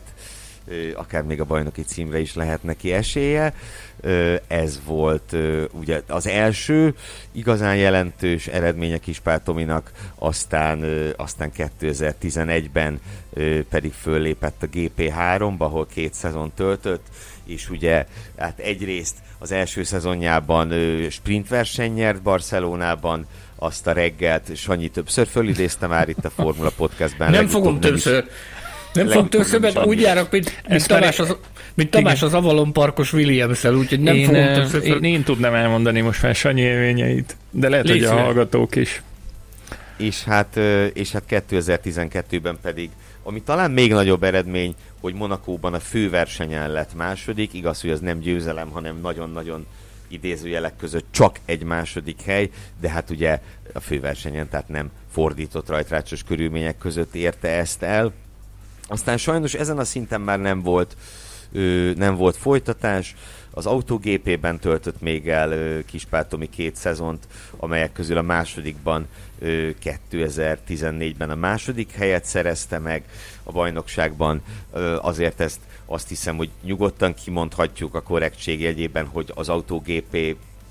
is lehet neki esélye. Ez volt ugye az első igazán jelentős eredménye Kispál Tominak, aztán 2011-ben pedig föllépett a GP3-ba, ahol 2 szezon töltött, és ugye hát egyrészt az első szezonjában sprintverseny nyert Barcelonában, azt a reggelt Sanyi többször fölidézte már itt a Formula Podcastben. Nem fogom többször, mert úgy járok, mint Tamás az Avalon parkos Williams-el, úgyhogy nem fogom többször. Én tudnám elmondani most már Sanyi élményeit, de lehet, hogy a hallgatók is. És hát 2012-ben pedig, ami talán még nagyobb eredmény, hogy Monacóban a főversenyen lett második, igaz, hogy az nem győzelem, hanem nagyon-nagyon idézőjelek között csak egy második hely, de hát ugye a főversenyen, tehát nem fordított rajtrácsos körülmények között érte ezt el. Aztán sajnos ezen a szinten már nem volt folytatás. Az AutoGP-ben töltött még el Kispál Tomi 2 szezont, amelyek közül a másodikban 2014-ben a második helyet szerezte meg a bajnokságban. Azért ezt azt hiszem, hogy nyugodtan kimondhatjuk a korrektség jegyében, hogy az AutoGP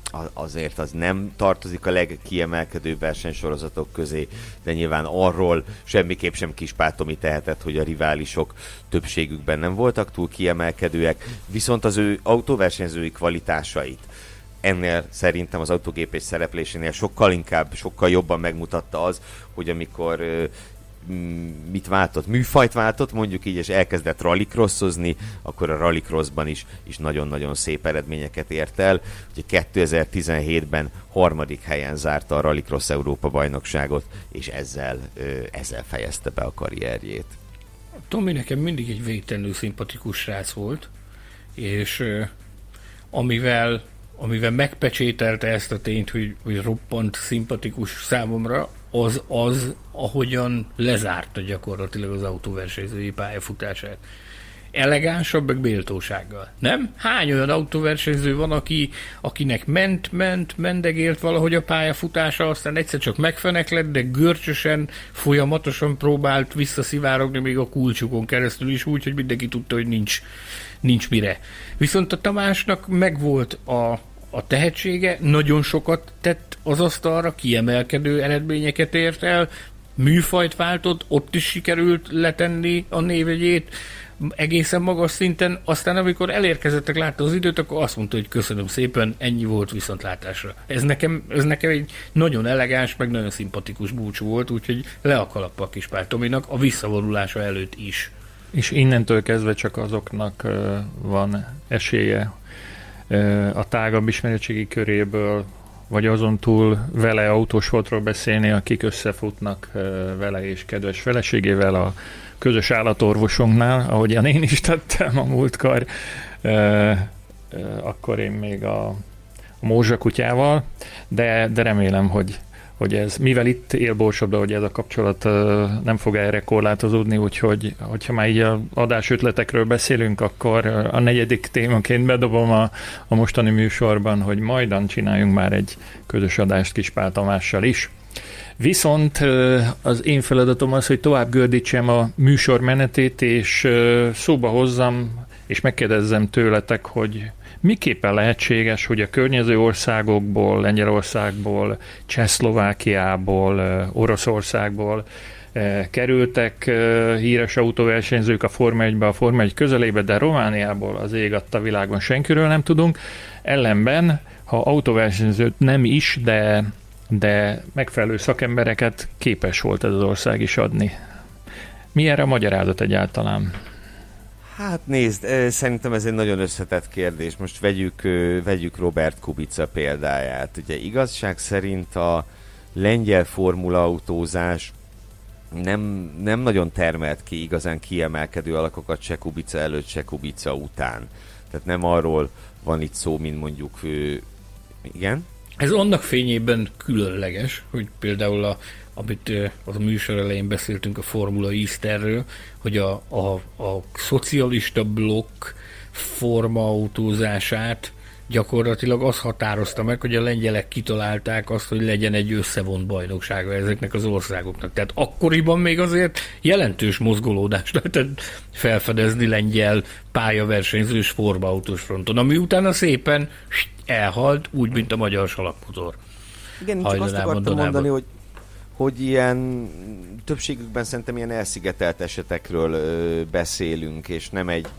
azért az nem tartozik a legkiemelkedőbb versenysorozatok közé, de nyilván arról semmiképp sem Kispál Tomi tehetett, hogy a riválisok többségükben nem voltak túl kiemelkedőek, viszont az ő autóversenyzői kvalitásait ennél szerintem az autógépész szereplésénél sokkal jobban megmutatta az, hogy amikor mit váltott, műfajt váltott, mondjuk így, és elkezdett rallycrossozni, akkor a rallycrossban is nagyon-nagyon szép eredményeket ért el. Ugye 2017-ben 3. helyen zárta a Rallycross Európa bajnokságot, és ezzel fejezte be a karrierjét. Tomi nekem mindig egy végtelenül szimpatikus srác volt, és amivel megpecsételte ezt a tényt, hogy roppant szimpatikus számomra, az, ahogyan lezárta gyakorlatilag az autóversenyzői pályafutását. Elegánsabb, meg méltósággal. Nem? Hány olyan autóversenyző van, akinek mendegélt valahogy a pályafutása, aztán egyszer csak megfeneklett, de görcsösen, folyamatosan próbált visszaszivárogni még a kulcsukon keresztül is úgy, hogy mindenki tudta, hogy nincs mire. Viszont a Tamásnak megvolt a tehetsége, nagyon sokat tett az asztalra, kiemelkedő eredményeket ért el, műfajt váltott, ott is sikerült letenni a névjegyét egészen magas szinten, aztán amikor elérkezettek, látta az időt, akkor azt mondta, hogy köszönöm szépen, ennyi volt viszontlátásra. Ez nekem egy nagyon elegáns, meg nagyon szimpatikus búcsú volt, úgyhogy le a kalappal Kispál Tominak a visszavonulása előtt is. És innentől kezdve csak azoknak van esélye a tágabb ismeretségi köréből, vagy azon túl vele autósportról beszélni, akik összefutnak vele és kedves feleségével a közös állatorvosunknál, ahogyan én is tettem a múltkor, akkor én még a mózsakutyával, de remélem, hogy ez, mivel itt él Borsodban, hogy ez a kapcsolat nem fog erre korlátozódni, úgyhogy hogyha már így az adás ötletekről beszélünk, akkor a 4. témaként bedobom a mostani műsorban, hogy majdan csináljunk már egy közös adást Kispál Tamással is. Viszont az én feladatom az, hogy tovább gördítsem a műsor menetét, és szóba hozzam, és megkérdezzem tőletek, hogy miképpen lehetséges, hogy a környező országokból, Lengyelországból, Csehszlovákiából, Oroszországból kerültek híres autóversenyzők a Forma 1-be, a Forma 1 közelébe, de Romániából az ég adta világon senkiről nem tudunk. Ellenben, ha autóversenyzőt nem is, de megfelelő szakembereket képes volt ez az ország is adni. Mi erre a magyarázat egyáltalán? Hát nézd, szerintem ez egy nagyon összetett kérdés. Most vegyük Robert Kubica példáját. Ugye igazság szerint a lengyel formulaautózás nem nagyon termelt ki igazán kiemelkedő alakokat se Kubica előtt, se Kubica után. Tehát nem arról van itt szó, mint mondjuk... Igen? Ez annak fényében különleges, hogy például amit az a műsor elején beszéltünk a Formula Easterről, hogy a szocialista blokk formautózását gyakorlatilag az határozta meg, hogy a lengyelek kitalálták azt, hogy legyen egy összevont bajnoksága ezeknek az országoknak. Tehát akkoriban még azért jelentős mozgolódást lehetett felfedezni lengyel pályaversenyzős formaautós fronton, ami utána szépen elhalt, úgy, mint a magyar salakmotor. Igen, csak azt akartam mondani, hogy ilyen többségükben szerintem ilyen elszigetelt esetekről beszélünk, és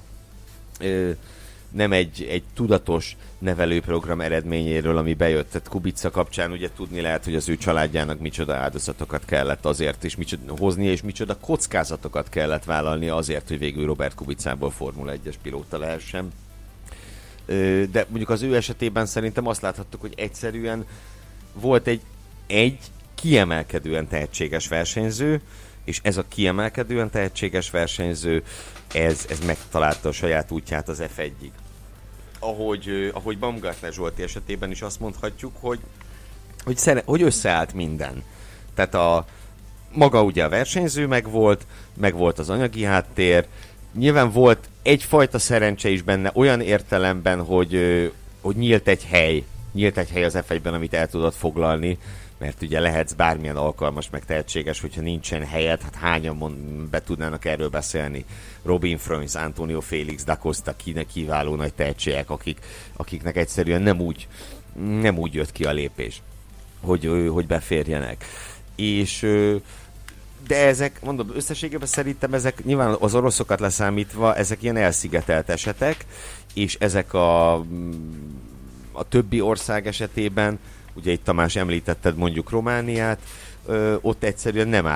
nem egy tudatos nevelőprogram eredményéről, ami bejött. Tehát Kubica kapcsán ugye tudni lehet, hogy az ő családjának micsoda áldozatokat kellett azért is hoznia, és micsoda kockázatokat kellett vállalni azért, hogy végül Robert Kubicából Formula 1-es pilóta lehessen. De mondjuk az ő esetében szerintem azt láthattuk, hogy egyszerűen volt egy kiemelkedően tehetséges versenyző, és ez a kiemelkedően tehetséges versenyző, ez megtalálta a saját útját az F1-ig. Ahogy Baumgartner Zsolti esetében is azt mondhatjuk, hogy összeállt minden. Tehát maga ugye a versenyző megvolt az anyagi háttér, nyilván volt egyfajta szerencse is benne, olyan értelemben, hogy nyílt egy hely az F1-ben, amit el tudott foglalni, mert ugye lehetsz bármilyen alkalmas, meg tehetséges, hogyha nincsen helyed, hát hányan be tudnának erről beszélni. Robin Freunz, Antonio Felix, Da Costa, kiváló nagy tehetségek, akiknek egyszerűen nem úgy jött ki a lépés, hogy beférjenek. És de ezek, mondom, összességében szerintem ezek nyilván az oroszokat leszámítva, ezek ilyen elszigetelt esetek, és ezek a többi ország esetében, ugye itt Tamás említetted mondjuk Romániát, ott egyszerűen nem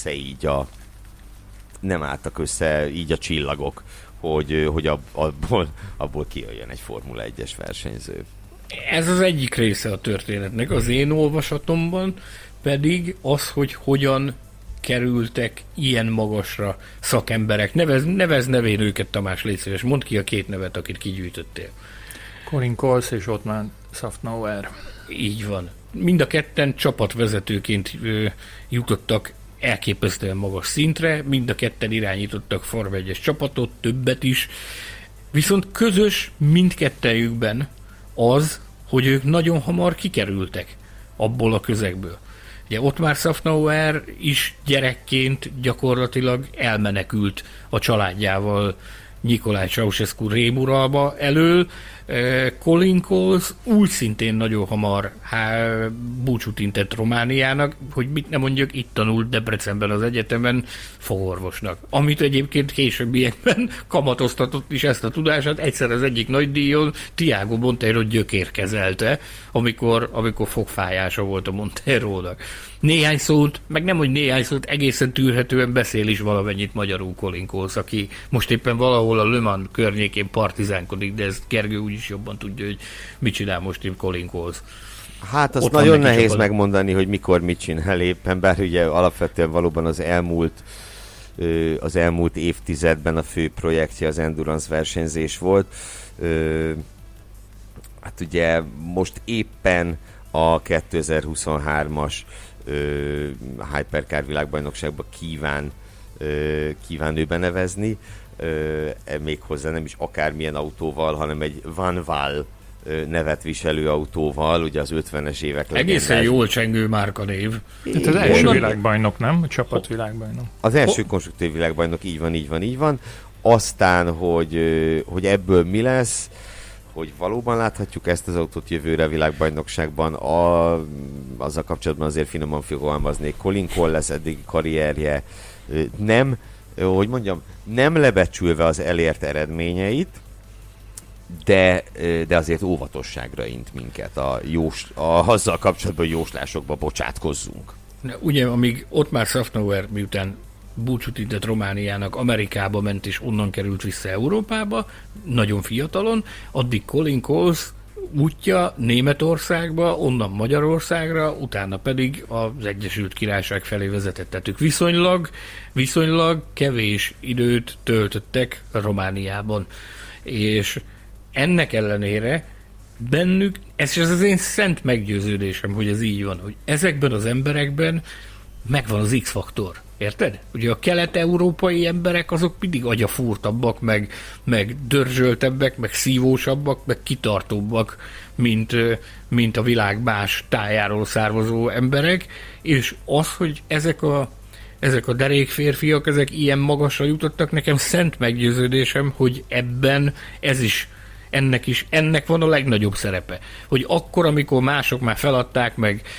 álltak össze így a csillagok, hogy abból kijöjjön egy Formula 1-es versenyző. Ez az egyik része a történetnek. Az én olvasatomban pedig az, hogy hogyan kerültek ilyen magasra szakemberek. Nevez nevén őket, Tamás, légy szíves. Mondd ki a 2 nevet, akit kigyűjtöttél. Colin Coles és Ottmar Safnauer. Így van. Mind a ketten csapatvezetőként jutottak elképesztően magas szintre, mind a ketten irányítottak Forma 1-es csapatot, többet is. Viszont közös mindkettejükben az, hogy ők nagyon hamar kikerültek abból a közegből. Ugye Ottmar Safnauer is gyerekként gyakorlatilag elmenekült a családjával Nicolae Ceausescu rémuralma elől. Colin Coles úgy szintén nagyon hamar búcsút intett Romániának, hogy mit nem mondjak, itt tanult Debrecenben az egyetemen fogorvosnak. Amit egyébként későbbiekben kamatoztatott is ezt a tudását, egyszer az egyik nagy díjon Tiago Monteiro gyökérkezelte, amikor fogfájása volt a Monteirónak. Néhány szót, meg nem, hogy néhány szót, egészen tűrhetően beszél is valamennyit magyarul Colin Coles, aki most éppen valahol a Le Mans környékén partizánkodik, de ezt Gergő úgyis jobban tudja, hogy mit csinál most itt Colin Coles. Hát azt nagyon nehéz megmondani, hogy mikor mit csinál éppen, bár ugye alapvetően valóban az elmúlt évtizedben a fő projektje az endurance versenyzés volt. Hát ugye most éppen a 2023-as Hypercar világbajnokságba kíván ő benevezni, méghozzá nem is akármilyen autóval, hanem egy Van Val nevet viselő autóval, ugye az 50-es évek egészen jól csengő márkanév. Hát az első világbajnok, nem? A csapatvilágbajnok. Az első konstruktív világbajnok, így van. Aztán, hogy ebből mi lesz, hogy valóban láthatjuk ezt az autót jövőre a világbajnokságban, azzal kapcsolatban azért finoman fogalmaznék. Colin Coles eddigi karrierje nem lebecsülve az elért eredményeit, de azért óvatosságra int minket azzal kapcsolatban, hogy jóslásokba bocsátkozzunk. Ugye, amíg Ottmar Safnauer miután búcsút intett Romániának, Amerikába ment és onnan került vissza Európába, nagyon fiatalon, addig Colin Coles útja Németországba, onnan Magyarországra, utána pedig az Egyesült Királyság felé vezetett. Tehát ők viszonylag kevés időt töltöttek Romániában. És ennek ellenére bennük, ez az én szent meggyőződésem, hogy ez így van, hogy ezekben az emberekben megvan az X-faktor. Érted? Ugye a kelet-európai emberek azok mindig agyafúrtabbak, meg dörzsöltebbek, meg szívósabbak, meg kitartóbbak, mint a világ más tájáról származó emberek, és az, hogy ezek a derék férfiak, ezek ilyen magasra jutottak, nekem szent meggyőződésem, hogy ebben ennek van a legnagyobb szerepe. Hogy akkor, amikor mások már feladták,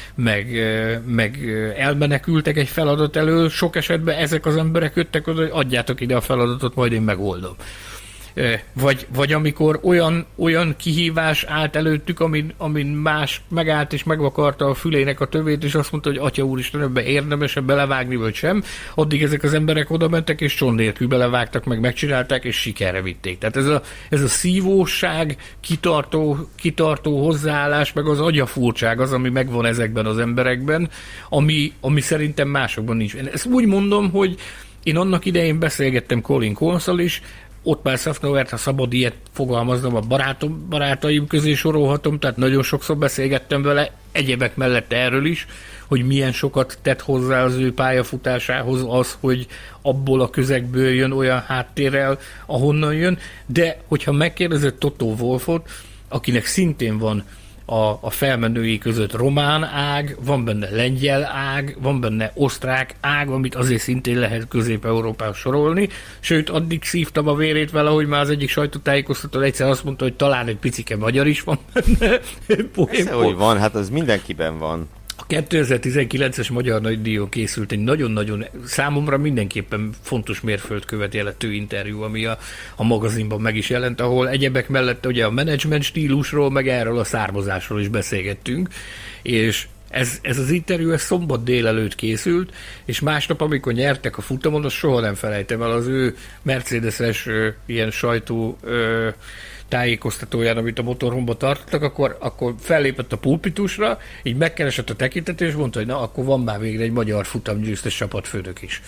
meg elmenekültek egy feladat elől, sok esetben ezek az emberek jöttek oda, hogy adjátok ide a feladatot, majd én megoldom. Vagy amikor olyan kihívás állt előttük, amin más megállt és megvakarta a fülének a tövét, és azt mondta, hogy Atya úristen, ebbe érdemes-e belevágni, vagy sem, addig ezek az emberek oda mentek, és csont nélkül belevágtak, meg megcsinálták, és sikerre vitték. Tehát ez a szívóság, kitartó hozzáállás, meg az agyafúrtság az, ami megvan ezekben az emberekben, ami szerintem másokban nincs. Ezt úgy mondom, hogy én annak idején beszélgettem Colin Colessal is, Ottmar Safnauert, ha szabad ilyet fogalmaznom, a barátaim közé sorolhatom, tehát nagyon sokszor beszélgettem vele, egyebek mellett erről is, hogy milyen sokat tett hozzá az ő pályafutásához az, hogy abból a közegből jön olyan háttérrel, ahonnan jön, de hogyha megkérdezett Toto Wolffot, akinek szintén van a felmenői között román ág, van benne lengyel ág, van benne osztrák ág, amit azért szintén lehet Közép-Európába sorolni, sőt, addig szívtam a vérét vele, hogy már az egyik sajtótájékoztatón egyszer azt mondta, hogy talán egy picike magyar is van benne. Persze, hogy van, hát az mindenkiben van. A 2019-es Magyar Nagydíjon készült egy nagyon-nagyon számomra mindenképpen fontos mérföldkövet jelentő interjú, ami a magazinban meg is jelent, ahol egyebek mellett ugye a menedzsment stílusról, meg erről a származásról is beszélgettünk, és ez az interjú ez szombat délelőtt készült, és másnap, amikor nyertek a futamon, azt soha nem felejtem el, az ő Mercedes-es ilyen sajtó tájékoztatóján, amit a motorhomba tartottak, akkor fellépett a pulpitusra, így megkeresett a tekintetét, és mondta, hogy na, akkor van már végre egy magyar futamgyőztes csapatfőnök is.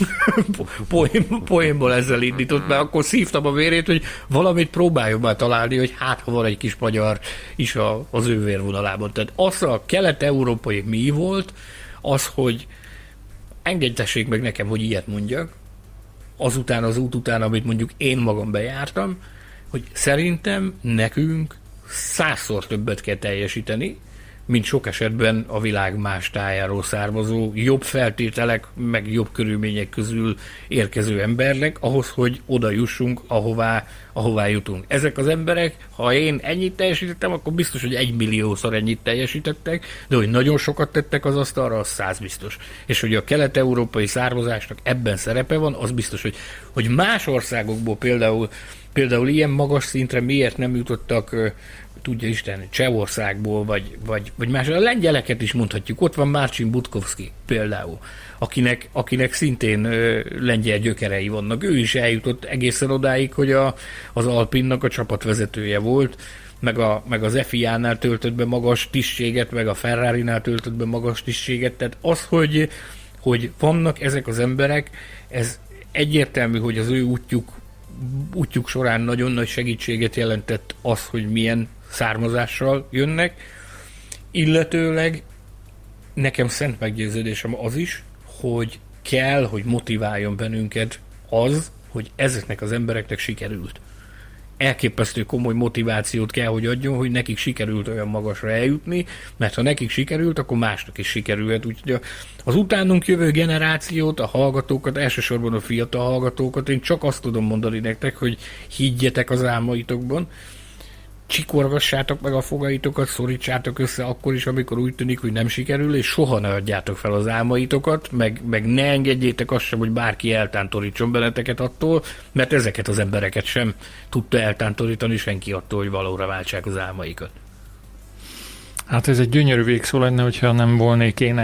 Poénból ezzel indított, mert akkor szívtam a vérét, hogy valamit próbáljon már találni, hogy hát, ha van egy kis magyar is az ő vérvonalában. Tehát az a kelet-európai mi volt, az, hogy engedtessék meg nekem, hogy ilyet mondjak, azután az út után, amit mondjuk én magam bejártam, hogy szerintem nekünk 100-szor többet kell teljesíteni, mint sok esetben a világ más tájáról származó, jobb feltételek, meg jobb körülmények közül érkező embernek, ahhoz, hogy oda jussunk, ahová jutunk. Ezek az emberek, ha én ennyit teljesítettem, akkor biztos, hogy 1 milliószor ennyit teljesítettek, de hogy nagyon sokat tettek az asztalra, az 100 biztos. És hogy a kelet-európai származásnak ebben szerepe van, az biztos, hogy más országokból például ilyen magas szintre miért nem jutottak, tudja Isten, Csehországból, vagy más. A lengyeleket is mondhatjuk. Ott van Marcin Budkowski például, akinek szintén lengyel gyökerei vannak. Ő is eljutott egészen odáig, hogy az Alpinnak a csapatvezetője volt, meg az FIA-nál töltött be magas tisztséget, meg a Ferrari-nál töltött be magas tisztséget. Tehát az, hogy vannak ezek az emberek, ez egyértelmű, hogy az ő útjuk során nagyon nagy segítséget jelentett az, hogy milyen származással jönnek, illetőleg nekem szent meggyőződésem az is, hogy kell, hogy motiváljon bennünket az, hogy ezeknek az embereknek sikerült. Elképesztő komoly motivációt kell, hogy adjon, hogy nekik sikerült olyan magasra eljutni, mert ha nekik sikerült, akkor másnak is sikerülhet. Úgyhogy az utánunk jövő generációt, a hallgatókat, elsősorban a fiatal hallgatókat, én csak azt tudom mondani nektek, hogy higgyetek az álmaitokban, csikorgassátok meg a fogaitokat, szorítsátok össze akkor is, amikor úgy tűnik, hogy nem sikerül, és soha ne adjátok fel az álmaitokat, meg ne engedjétek azt sem, hogy bárki eltántorítson benneteket attól, mert ezeket az embereket sem tudta eltántorítani senki attól, hogy valóra váltsák az álmaikat. Hát ez egy gyönyörű végszó lenne, hogyha nem volnék én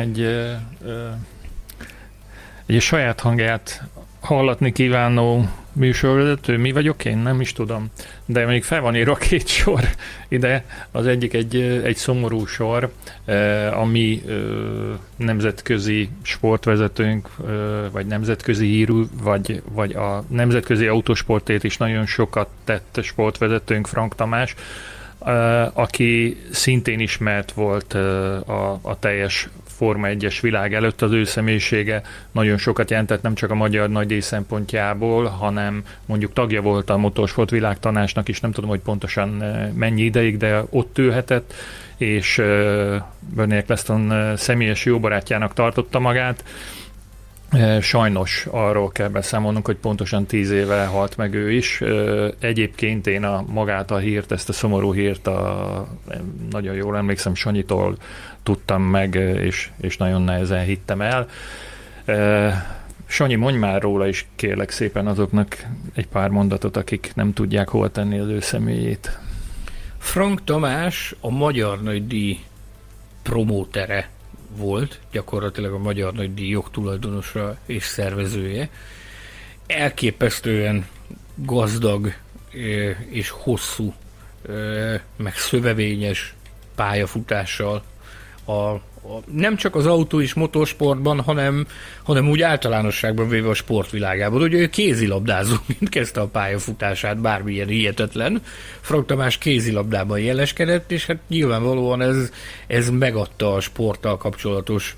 egy saját hangját hallatni kívánó műsorvezető. Mi vagyok én? Nem is tudom. De még fel van írva 2 sor ide. Az egyik egy szomorú sor, ami nemzetközi sportvezetőnk, vagy nemzetközi hírű, vagy a nemzetközi autósportért is nagyon sokat tett sportvezetőnk, Frank Tamás, aki szintén ismert volt a teljes Forma 1-es világ előtt. Az ő személyisége nagyon sokat jelentett nem csak a magyar nagydíj szempontjából, hanem mondjuk tagja volt a motorsport világtanácsnak is, nem tudom, hogy pontosan mennyi ideig, de ott ülhetett, és Bernie Ecclestone személyes jó barátjának tartotta magát. Sajnos arról kell beszámolnunk, hogy pontosan 10 éve halt meg ő is. Egyébként én magát a hírt, ezt a szomorú hírt nagyon jól emlékszem, Sanyitól tudtam meg, és nagyon nehezen hittem el. Sanyi, mondj már róla is, kérlek szépen azoknak egy pár mondatot, akik nem tudják hol tenni az ő személyét. Frank Tamás a Magyar Nagydíj promótere volt, gyakorlatilag a Magyar Nagydíj jogtulajdonosa és szervezője. Elképesztően gazdag és hosszú, meg szövevényes pályafutással nem csak az autó és motorsportban, hanem úgy általánosságban véve a sportvilágában. Ugye ő kézilabdázóként kezdte a pályafutását, bármilyen hihetetlen. Frank Tamás kézilabdában jeleskedett, és hát nyilvánvalóan ez megadta a sporttal kapcsolatos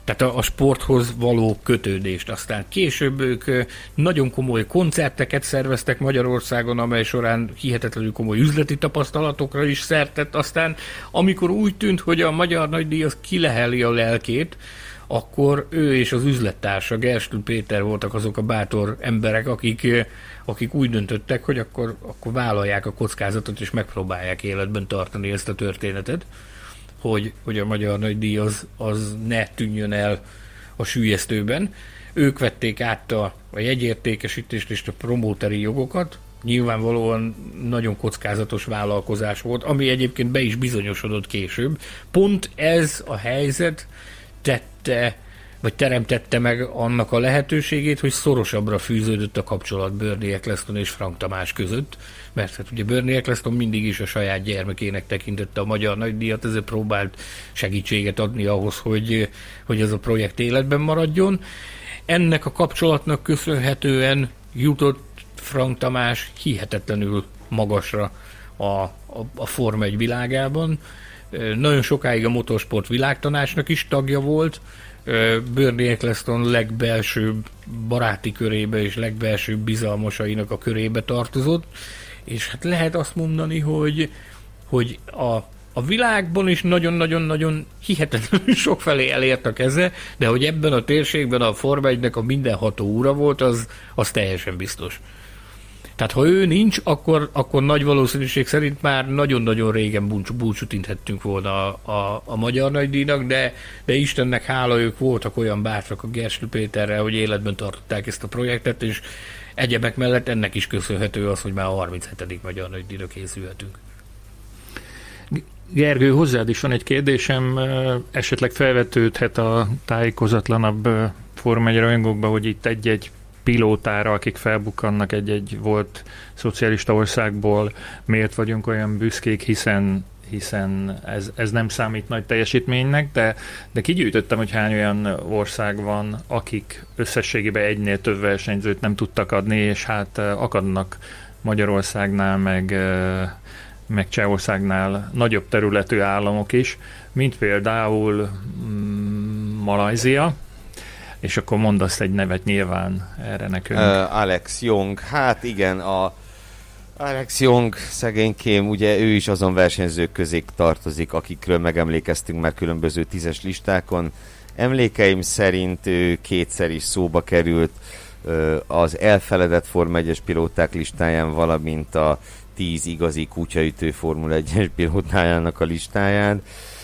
Tehát a sporthoz való kötődést. Aztán később ők nagyon komoly koncerteket szerveztek Magyarországon, amely során hihetetlenül komoly üzleti tapasztalatokra is szert tett. Aztán amikor úgy tűnt, hogy a Magyar Nagydíj az kileheli a lelkét, akkor ő és az üzlettársa, Gerstl Péter voltak azok a bátor emberek, akik úgy döntöttek, hogy akkor vállalják a kockázatot, és megpróbálják életben tartani ezt a történetet, hogy a Magyar Nagydíj az ne tűnjön el a süllyesztőben. Ők vették át a jegyértékesítést és a promóteri jogokat. Nyilvánvalóan nagyon kockázatos vállalkozás volt, ami egyébként be is bizonyosodott később. Pont ez a helyzet teremtette meg annak a lehetőségét, hogy szorosabbra fűződött a kapcsolat Bernie Ecclestone és Frank Tamás között, mert hát ugye Bernie Ecclestone mindig is a saját gyermekének tekintette a Magyar Nagydíjat, ezért próbált segítséget adni ahhoz, hogy ez a projekt életben maradjon. Ennek a kapcsolatnak köszönhetően jutott Frank Tamás hihetetlenül magasra a Forma 1 világában. Nagyon sokáig a motorsport világtanácsnak is tagja volt, Bernie Ecclestone legbelsőbb baráti körébe és legbelsőbb bizalmasainak a körébe tartozott, és hát lehet azt mondani, hogy a világban is nagyon-nagyon-nagyon hihetetlenül sokfelé elért a keze, de hogy ebben a térségben a Forma 1-nek a mindenható ura volt, az teljesen biztos. Tehát ha ő nincs, akkor nagy valószínűség szerint már nagyon-nagyon régen búcsút inthettünk volna a Magyar Nagydíjnak, de Istennek hála, ők voltak olyan bátrak a Gerstl Péterrel, hogy életben tartották ezt a projektet, és egyebek mellett ennek is köszönhető az, hogy már a 37. Magyar Nagydíjra készülhetünk. Gergő, hozzád is van egy kérdésem, esetleg felvetődhet a tájékozatlanabb Forma 1 rajongókba, hogy itt egy pilótára, akik felbukkannak egy volt szocialista országból, miért vagyunk olyan büszkék, hiszen ez nem számít nagy teljesítménynek, de kigyűjtöttem, hogy hány olyan ország van, akik összességében egynél több versenyzőt nem tudtak adni, és hát akadnak Magyarországnál, meg Csehországnál nagyobb területű államok is, mint például Malajzia, és akkor mondasz egy nevet nyilván erre nekünk. Alex Young, hát igen, Alex Young szegénykém, ugye ő is azon versenyzők közé tartozik, akikről megemlékeztünk már különböző 10-es listákon. Emlékeim szerint ő kétszer is szóba került az elfeledett Forma 1-es pilóták listáján, valamint a 10 igazi kutyaütő Formula 1-es pilótájának a listáján.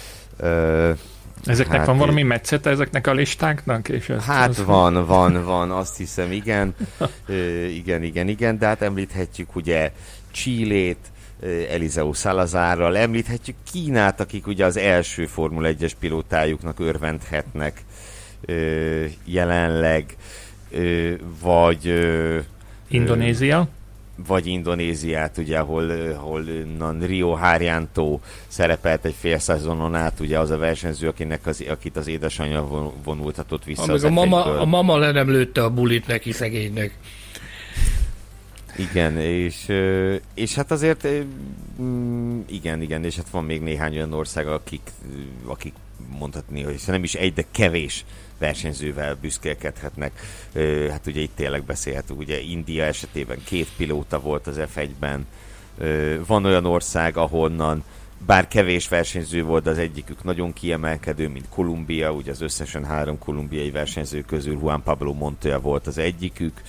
Ezeknek van valami metszete ezeknek a listáknak? És van, azt hiszem, igen. Igen, de hát említhetjük ugye Chilét, Eliseu Salazarral, említhetjük Kínát, akik ugye az első Formula 1-es pilótájuknak örvendhetnek jelenleg, vagy Indonézia? Vagy Indonéziát, ugye, ahol Rio Haryanto szerepelt egy fél szezonon át, ugye az a versenyző, akit az édesanyja vonultatott vissza az a mama le nem lőtte a bulit neki, szegénynek. Igen, és hát azért igen, és hát van még néhány olyan ország, akik mondhatni, hogy nem is egy, de kevés versenyzővel büszkélkedhetnek. Hát ugye itt tényleg beszélhetünk, ugye India esetében 2 pilóta volt az F1-ben. Van olyan ország, ahonnan bár kevés versenyző volt, de az egyikük nagyon kiemelkedő, mint Kolumbia, ugye az összesen 3 kolumbiai versenyző közül Juan Pablo Montoya volt az egyikük,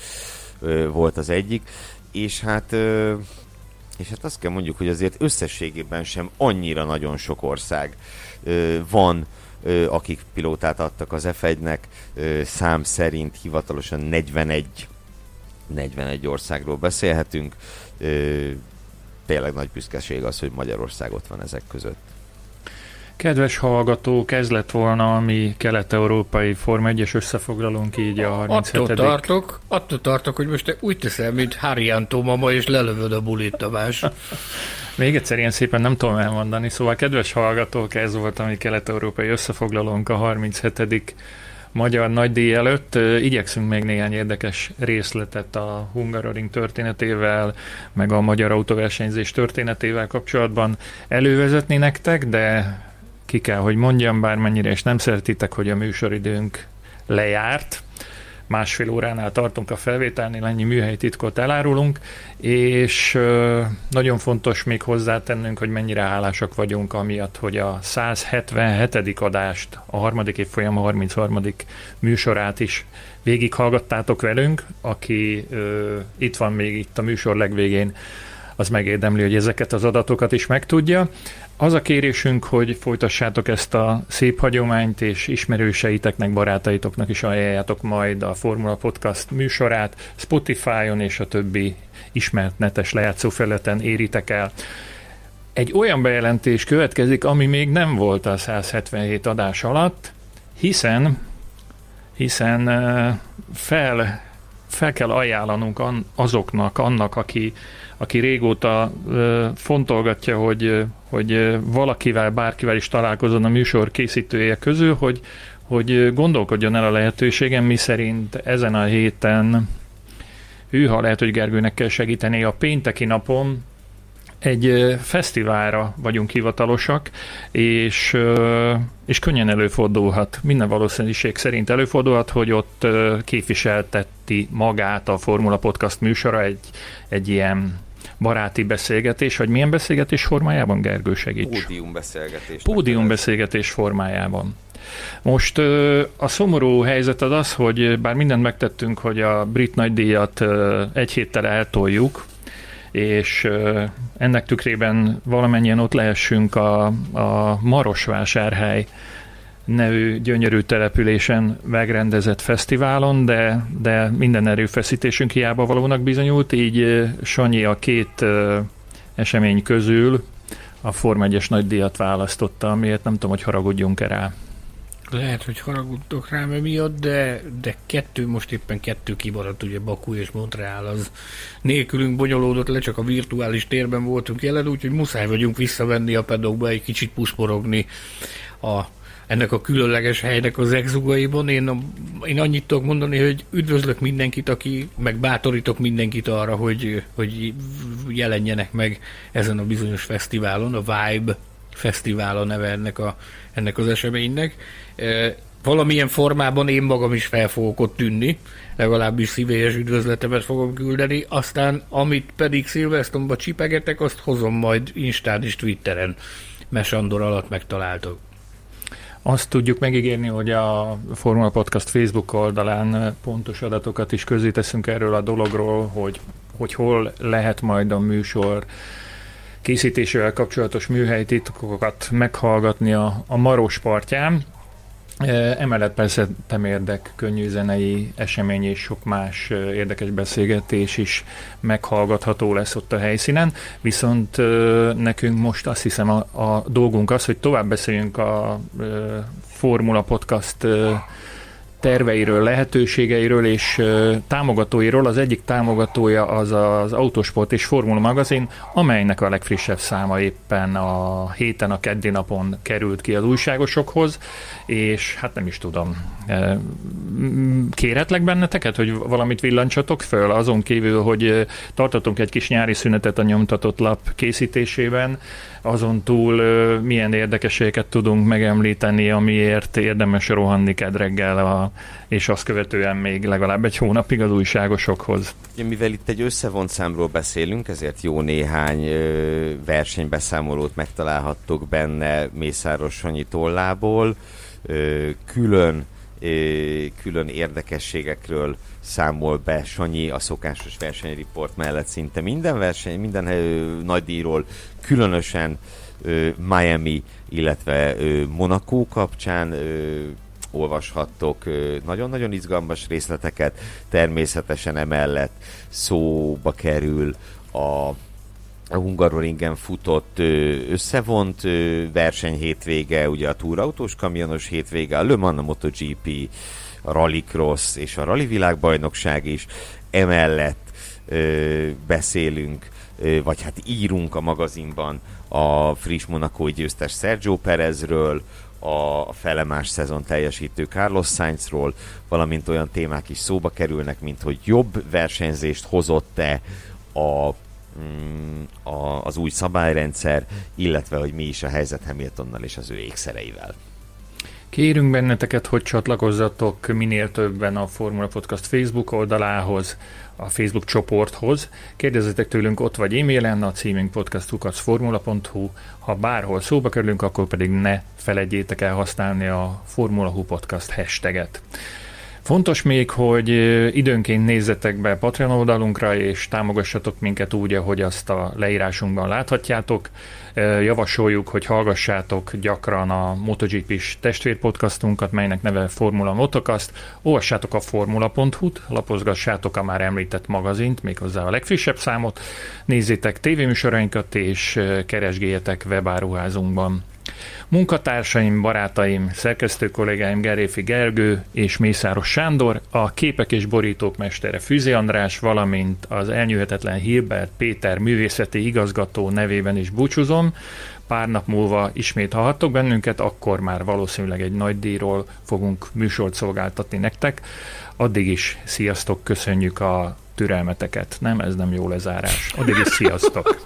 és hát azt kell mondjuk, hogy azért összességében sem annyira nagyon sok ország van, akik pilótát adtak az F1-nek, szám szerint hivatalosan 41 országról beszélhetünk. Tényleg nagy büszkeség az, hogy Magyarország ott van ezek között. Kedves hallgatók, ez lett volna a mi kelet-európai Forma 1-es összefoglalónk így a 37. Attól tartok, hogy most te úgy teszel, mint Haryanto mama, és lelövöd a bulit, Tamás. Még egyszer ilyen szépen nem tudom elmondani, szóval kedves hallgatók, ez volt a mi kelet-európai összefoglalónk a 37. Magyar Nagydíj előtt. Igyekszünk még néhány érdekes részletet a Hungaroring történetével, meg a magyar autóversenyzés történetével kapcsolatban elővezetni nektek, de ki kell, hogy mondjam, bármennyire és nem szeretitek, hogy a műsoridőnk lejárt. 1,5 óránál tartunk a felvételnél, ennyi műhelytitkot elárulunk, és nagyon fontos még hozzátennünk, hogy mennyire hálásak vagyunk amiatt, hogy a 177. adást, a harmadik évfolyam, a 33. műsorát is végighallgattátok velünk, aki itt van még itt a műsor legvégén, az megérdemli, hogy ezeket az adatokat is megtudja. Az a kérésünk, hogy folytassátok ezt a szép hagyományt, és ismerőseiteknek, barátaitoknak is ajánljátok majd a Formula Podcast műsorát, Spotify-on és a többi ismert netes lejátszófelületen éritek el. Egy olyan bejelentés következik, ami még nem volt a 177 adás alatt, hiszen fel kell ajánlanunk annak, aki régóta fontolgatja, hogy valakivel, bárkivel is találkozon a műsor készítője közül, hogy gondolkodjon el a lehetőségen, miszerint ezen a héten lehet, hogy Gergőnek kell segíteni, a pénteki napon egy fesztiválra vagyunk hivatalosak, és könnyen előfordulhat, minden valószínűség szerint előfordulhat, hogy ott képviselteti magát a Formula Podcast műsora egy ilyen baráti beszélgetés, vagy milyen beszélgetés formájában, Gergő, segíts? Pódiumbeszélgetés formájában. Most a szomorú helyzet az, hogy bár mindent megtettünk, hogy a brit nagydíjat egy héttel eltoljuk, és ennek tükrében valamennyien ott lehessünk a Marosvásárhely nevű gyönyörű településen megrendezett fesztiválon, de minden erőfeszítésünk hiába valónak bizonyult, így Sanyi a két esemény közül a Forma 1-es nagydíjat választotta, amiért nem tudom, hogy haragudjunk-e rá. Lehet, hogy haragudtok rám emiatt, de most éppen kettő kimaradt, ugye Baku és Montreal az nélkülünk bonyolódott le, csak a virtuális térben voltunk jelen, úgyhogy muszáj vagyunk visszavenni a pedokba, egy kicsit pusporogni ennek a különleges helynek az exugaiban. Én annyit tudok mondani, hogy üdvözlök mindenkit, meg bátorítok mindenkit arra, hogy jelenjenek meg ezen a bizonyos fesztiválon, a Vibe Fesztivál a neve ennek az eseménynek. Valamilyen formában én magam is fel fogok ott tűnni, legalábbis szívélyes üdvözletemet fogom küldeni, aztán amit pedig szilvesztomba csipegetek, azt hozom majd Instán és Twitteren. Mesandor alatt megtaláltok. Azt tudjuk megígérni, hogy a Formula Podcast Facebook oldalán pontos adatokat is közé teszünk erről a dologról, hogy hol lehet majd a műsor készítésével kapcsolatos műhelytitkokat meghallgatni a Maros partján. Emellett persze temérdek, könnyű zenei esemény és sok más érdekes beszélgetés is meghallgatható lesz ott a helyszínen, viszont nekünk most azt hiszem a dolgunk az, hogy tovább beszéljünk a Formula Podcast terveiről, lehetőségeiről és támogatóiról. Az egyik támogatója az az Autosport és Formula magazin, amelynek a legfrissebb száma éppen a héten, a keddi napon került ki az újságosokhoz, és hát nem is tudom, kérhetlek benneteket, hogy valamit villancsatok föl, azon kívül, hogy tartatunk egy kis nyári szünetet a nyomtatott lap készítésében, azon túl milyen érdekességeket tudunk megemlíteni, amiért érdemes rohanni kedreggel, és azt követően még legalább egy hónapig az újságosokhoz. Mivel itt egy összevont számról beszélünk, ezért jó néhány versenybeszámolót megtalálhattok benne Mészáros Sanyi tollából, külön érdekességekről számol be Sanyi a szokásos versenyriport mellett szinte minden nagydíjról, különösen Miami, illetve Monaco kapcsán olvashattok nagyon-nagyon izgalmas részleteket. Természetesen emellett szóba kerül a Hungaroringen futott összevont verseny hétvége, ugye a túrautós kamionos hétvége, a Le Mans, a MotoGP, a Rallycross és a Rally világbajnokság is. Emellett beszélünk, vagy hát írunk a magazinban a friss monacói győztes Sergio Perezről, a felemás szezon teljesítő Carlos Sainzról, valamint olyan témák is szóba kerülnek, mint hogy jobb versenyzést hozott-e a az új szabályrendszer, illetve hogy mi is a helyzet Hamiltonnal és az ő ékszereivel. Kérünk benneteket, hogy csatlakozzatok minél többen a Formula Podcast Facebook oldalához, a Facebook csoporthoz. Kérdezzetek tőlünk ott vagy e-mailen, a címünk podcast@formula.hu. Ha bárhol szóba kerülünk, akkor pedig ne feledjétek el használni a Formula Hu Podcast hashtaget. Fontos még, hogy időnként nézzetek be Patreon oldalunkra, és támogassatok minket úgy, ahogy azt a leírásunkban láthatjátok. Javasoljuk, hogy hallgassátok gyakran a MotoGP-s testvérpodcastunkat, melynek neve Formula Motocast. Olvassátok a formula.hu-t, lapozgassátok a már említett magazint, méghozzá a legfrissebb számot, nézzétek tévéműsorainkat, és keresgéljetek webáruházunkban. Munkatársaim, barátaim, szerkesztő kollégáim Geréfi Gergő és Mészáros Sándor, a képek és borítók mestere Füzi András, valamint az elnyűhetetlen Hilbert Péter művészeti igazgató nevében is búcsúzom. Pár nap múlva ismét hallhattok bennünket, akkor már valószínűleg egy nagy díjról fogunk műsort szolgáltatni nektek. Addig is sziasztok, köszönjük a türelmeteket. Nem, ez nem jó lezárás. Addig is sziasztok!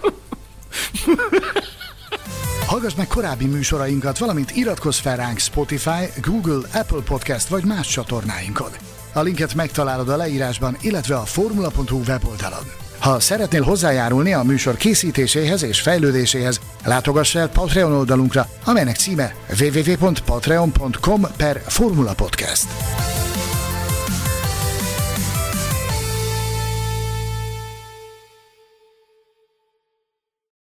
Hallgass meg korábbi műsorainkat, valamint iratkozz fel ránk Spotify, Google, Apple Podcast vagy más csatornáinkon. A linket megtalálod a leírásban, illetve a formula.hu weboldalon. Ha szeretnél hozzájárulni a műsor készítéséhez és fejlődéséhez, látogass el Patreon oldalunkra, amelynek címe www.patreon.com/formulapodcast.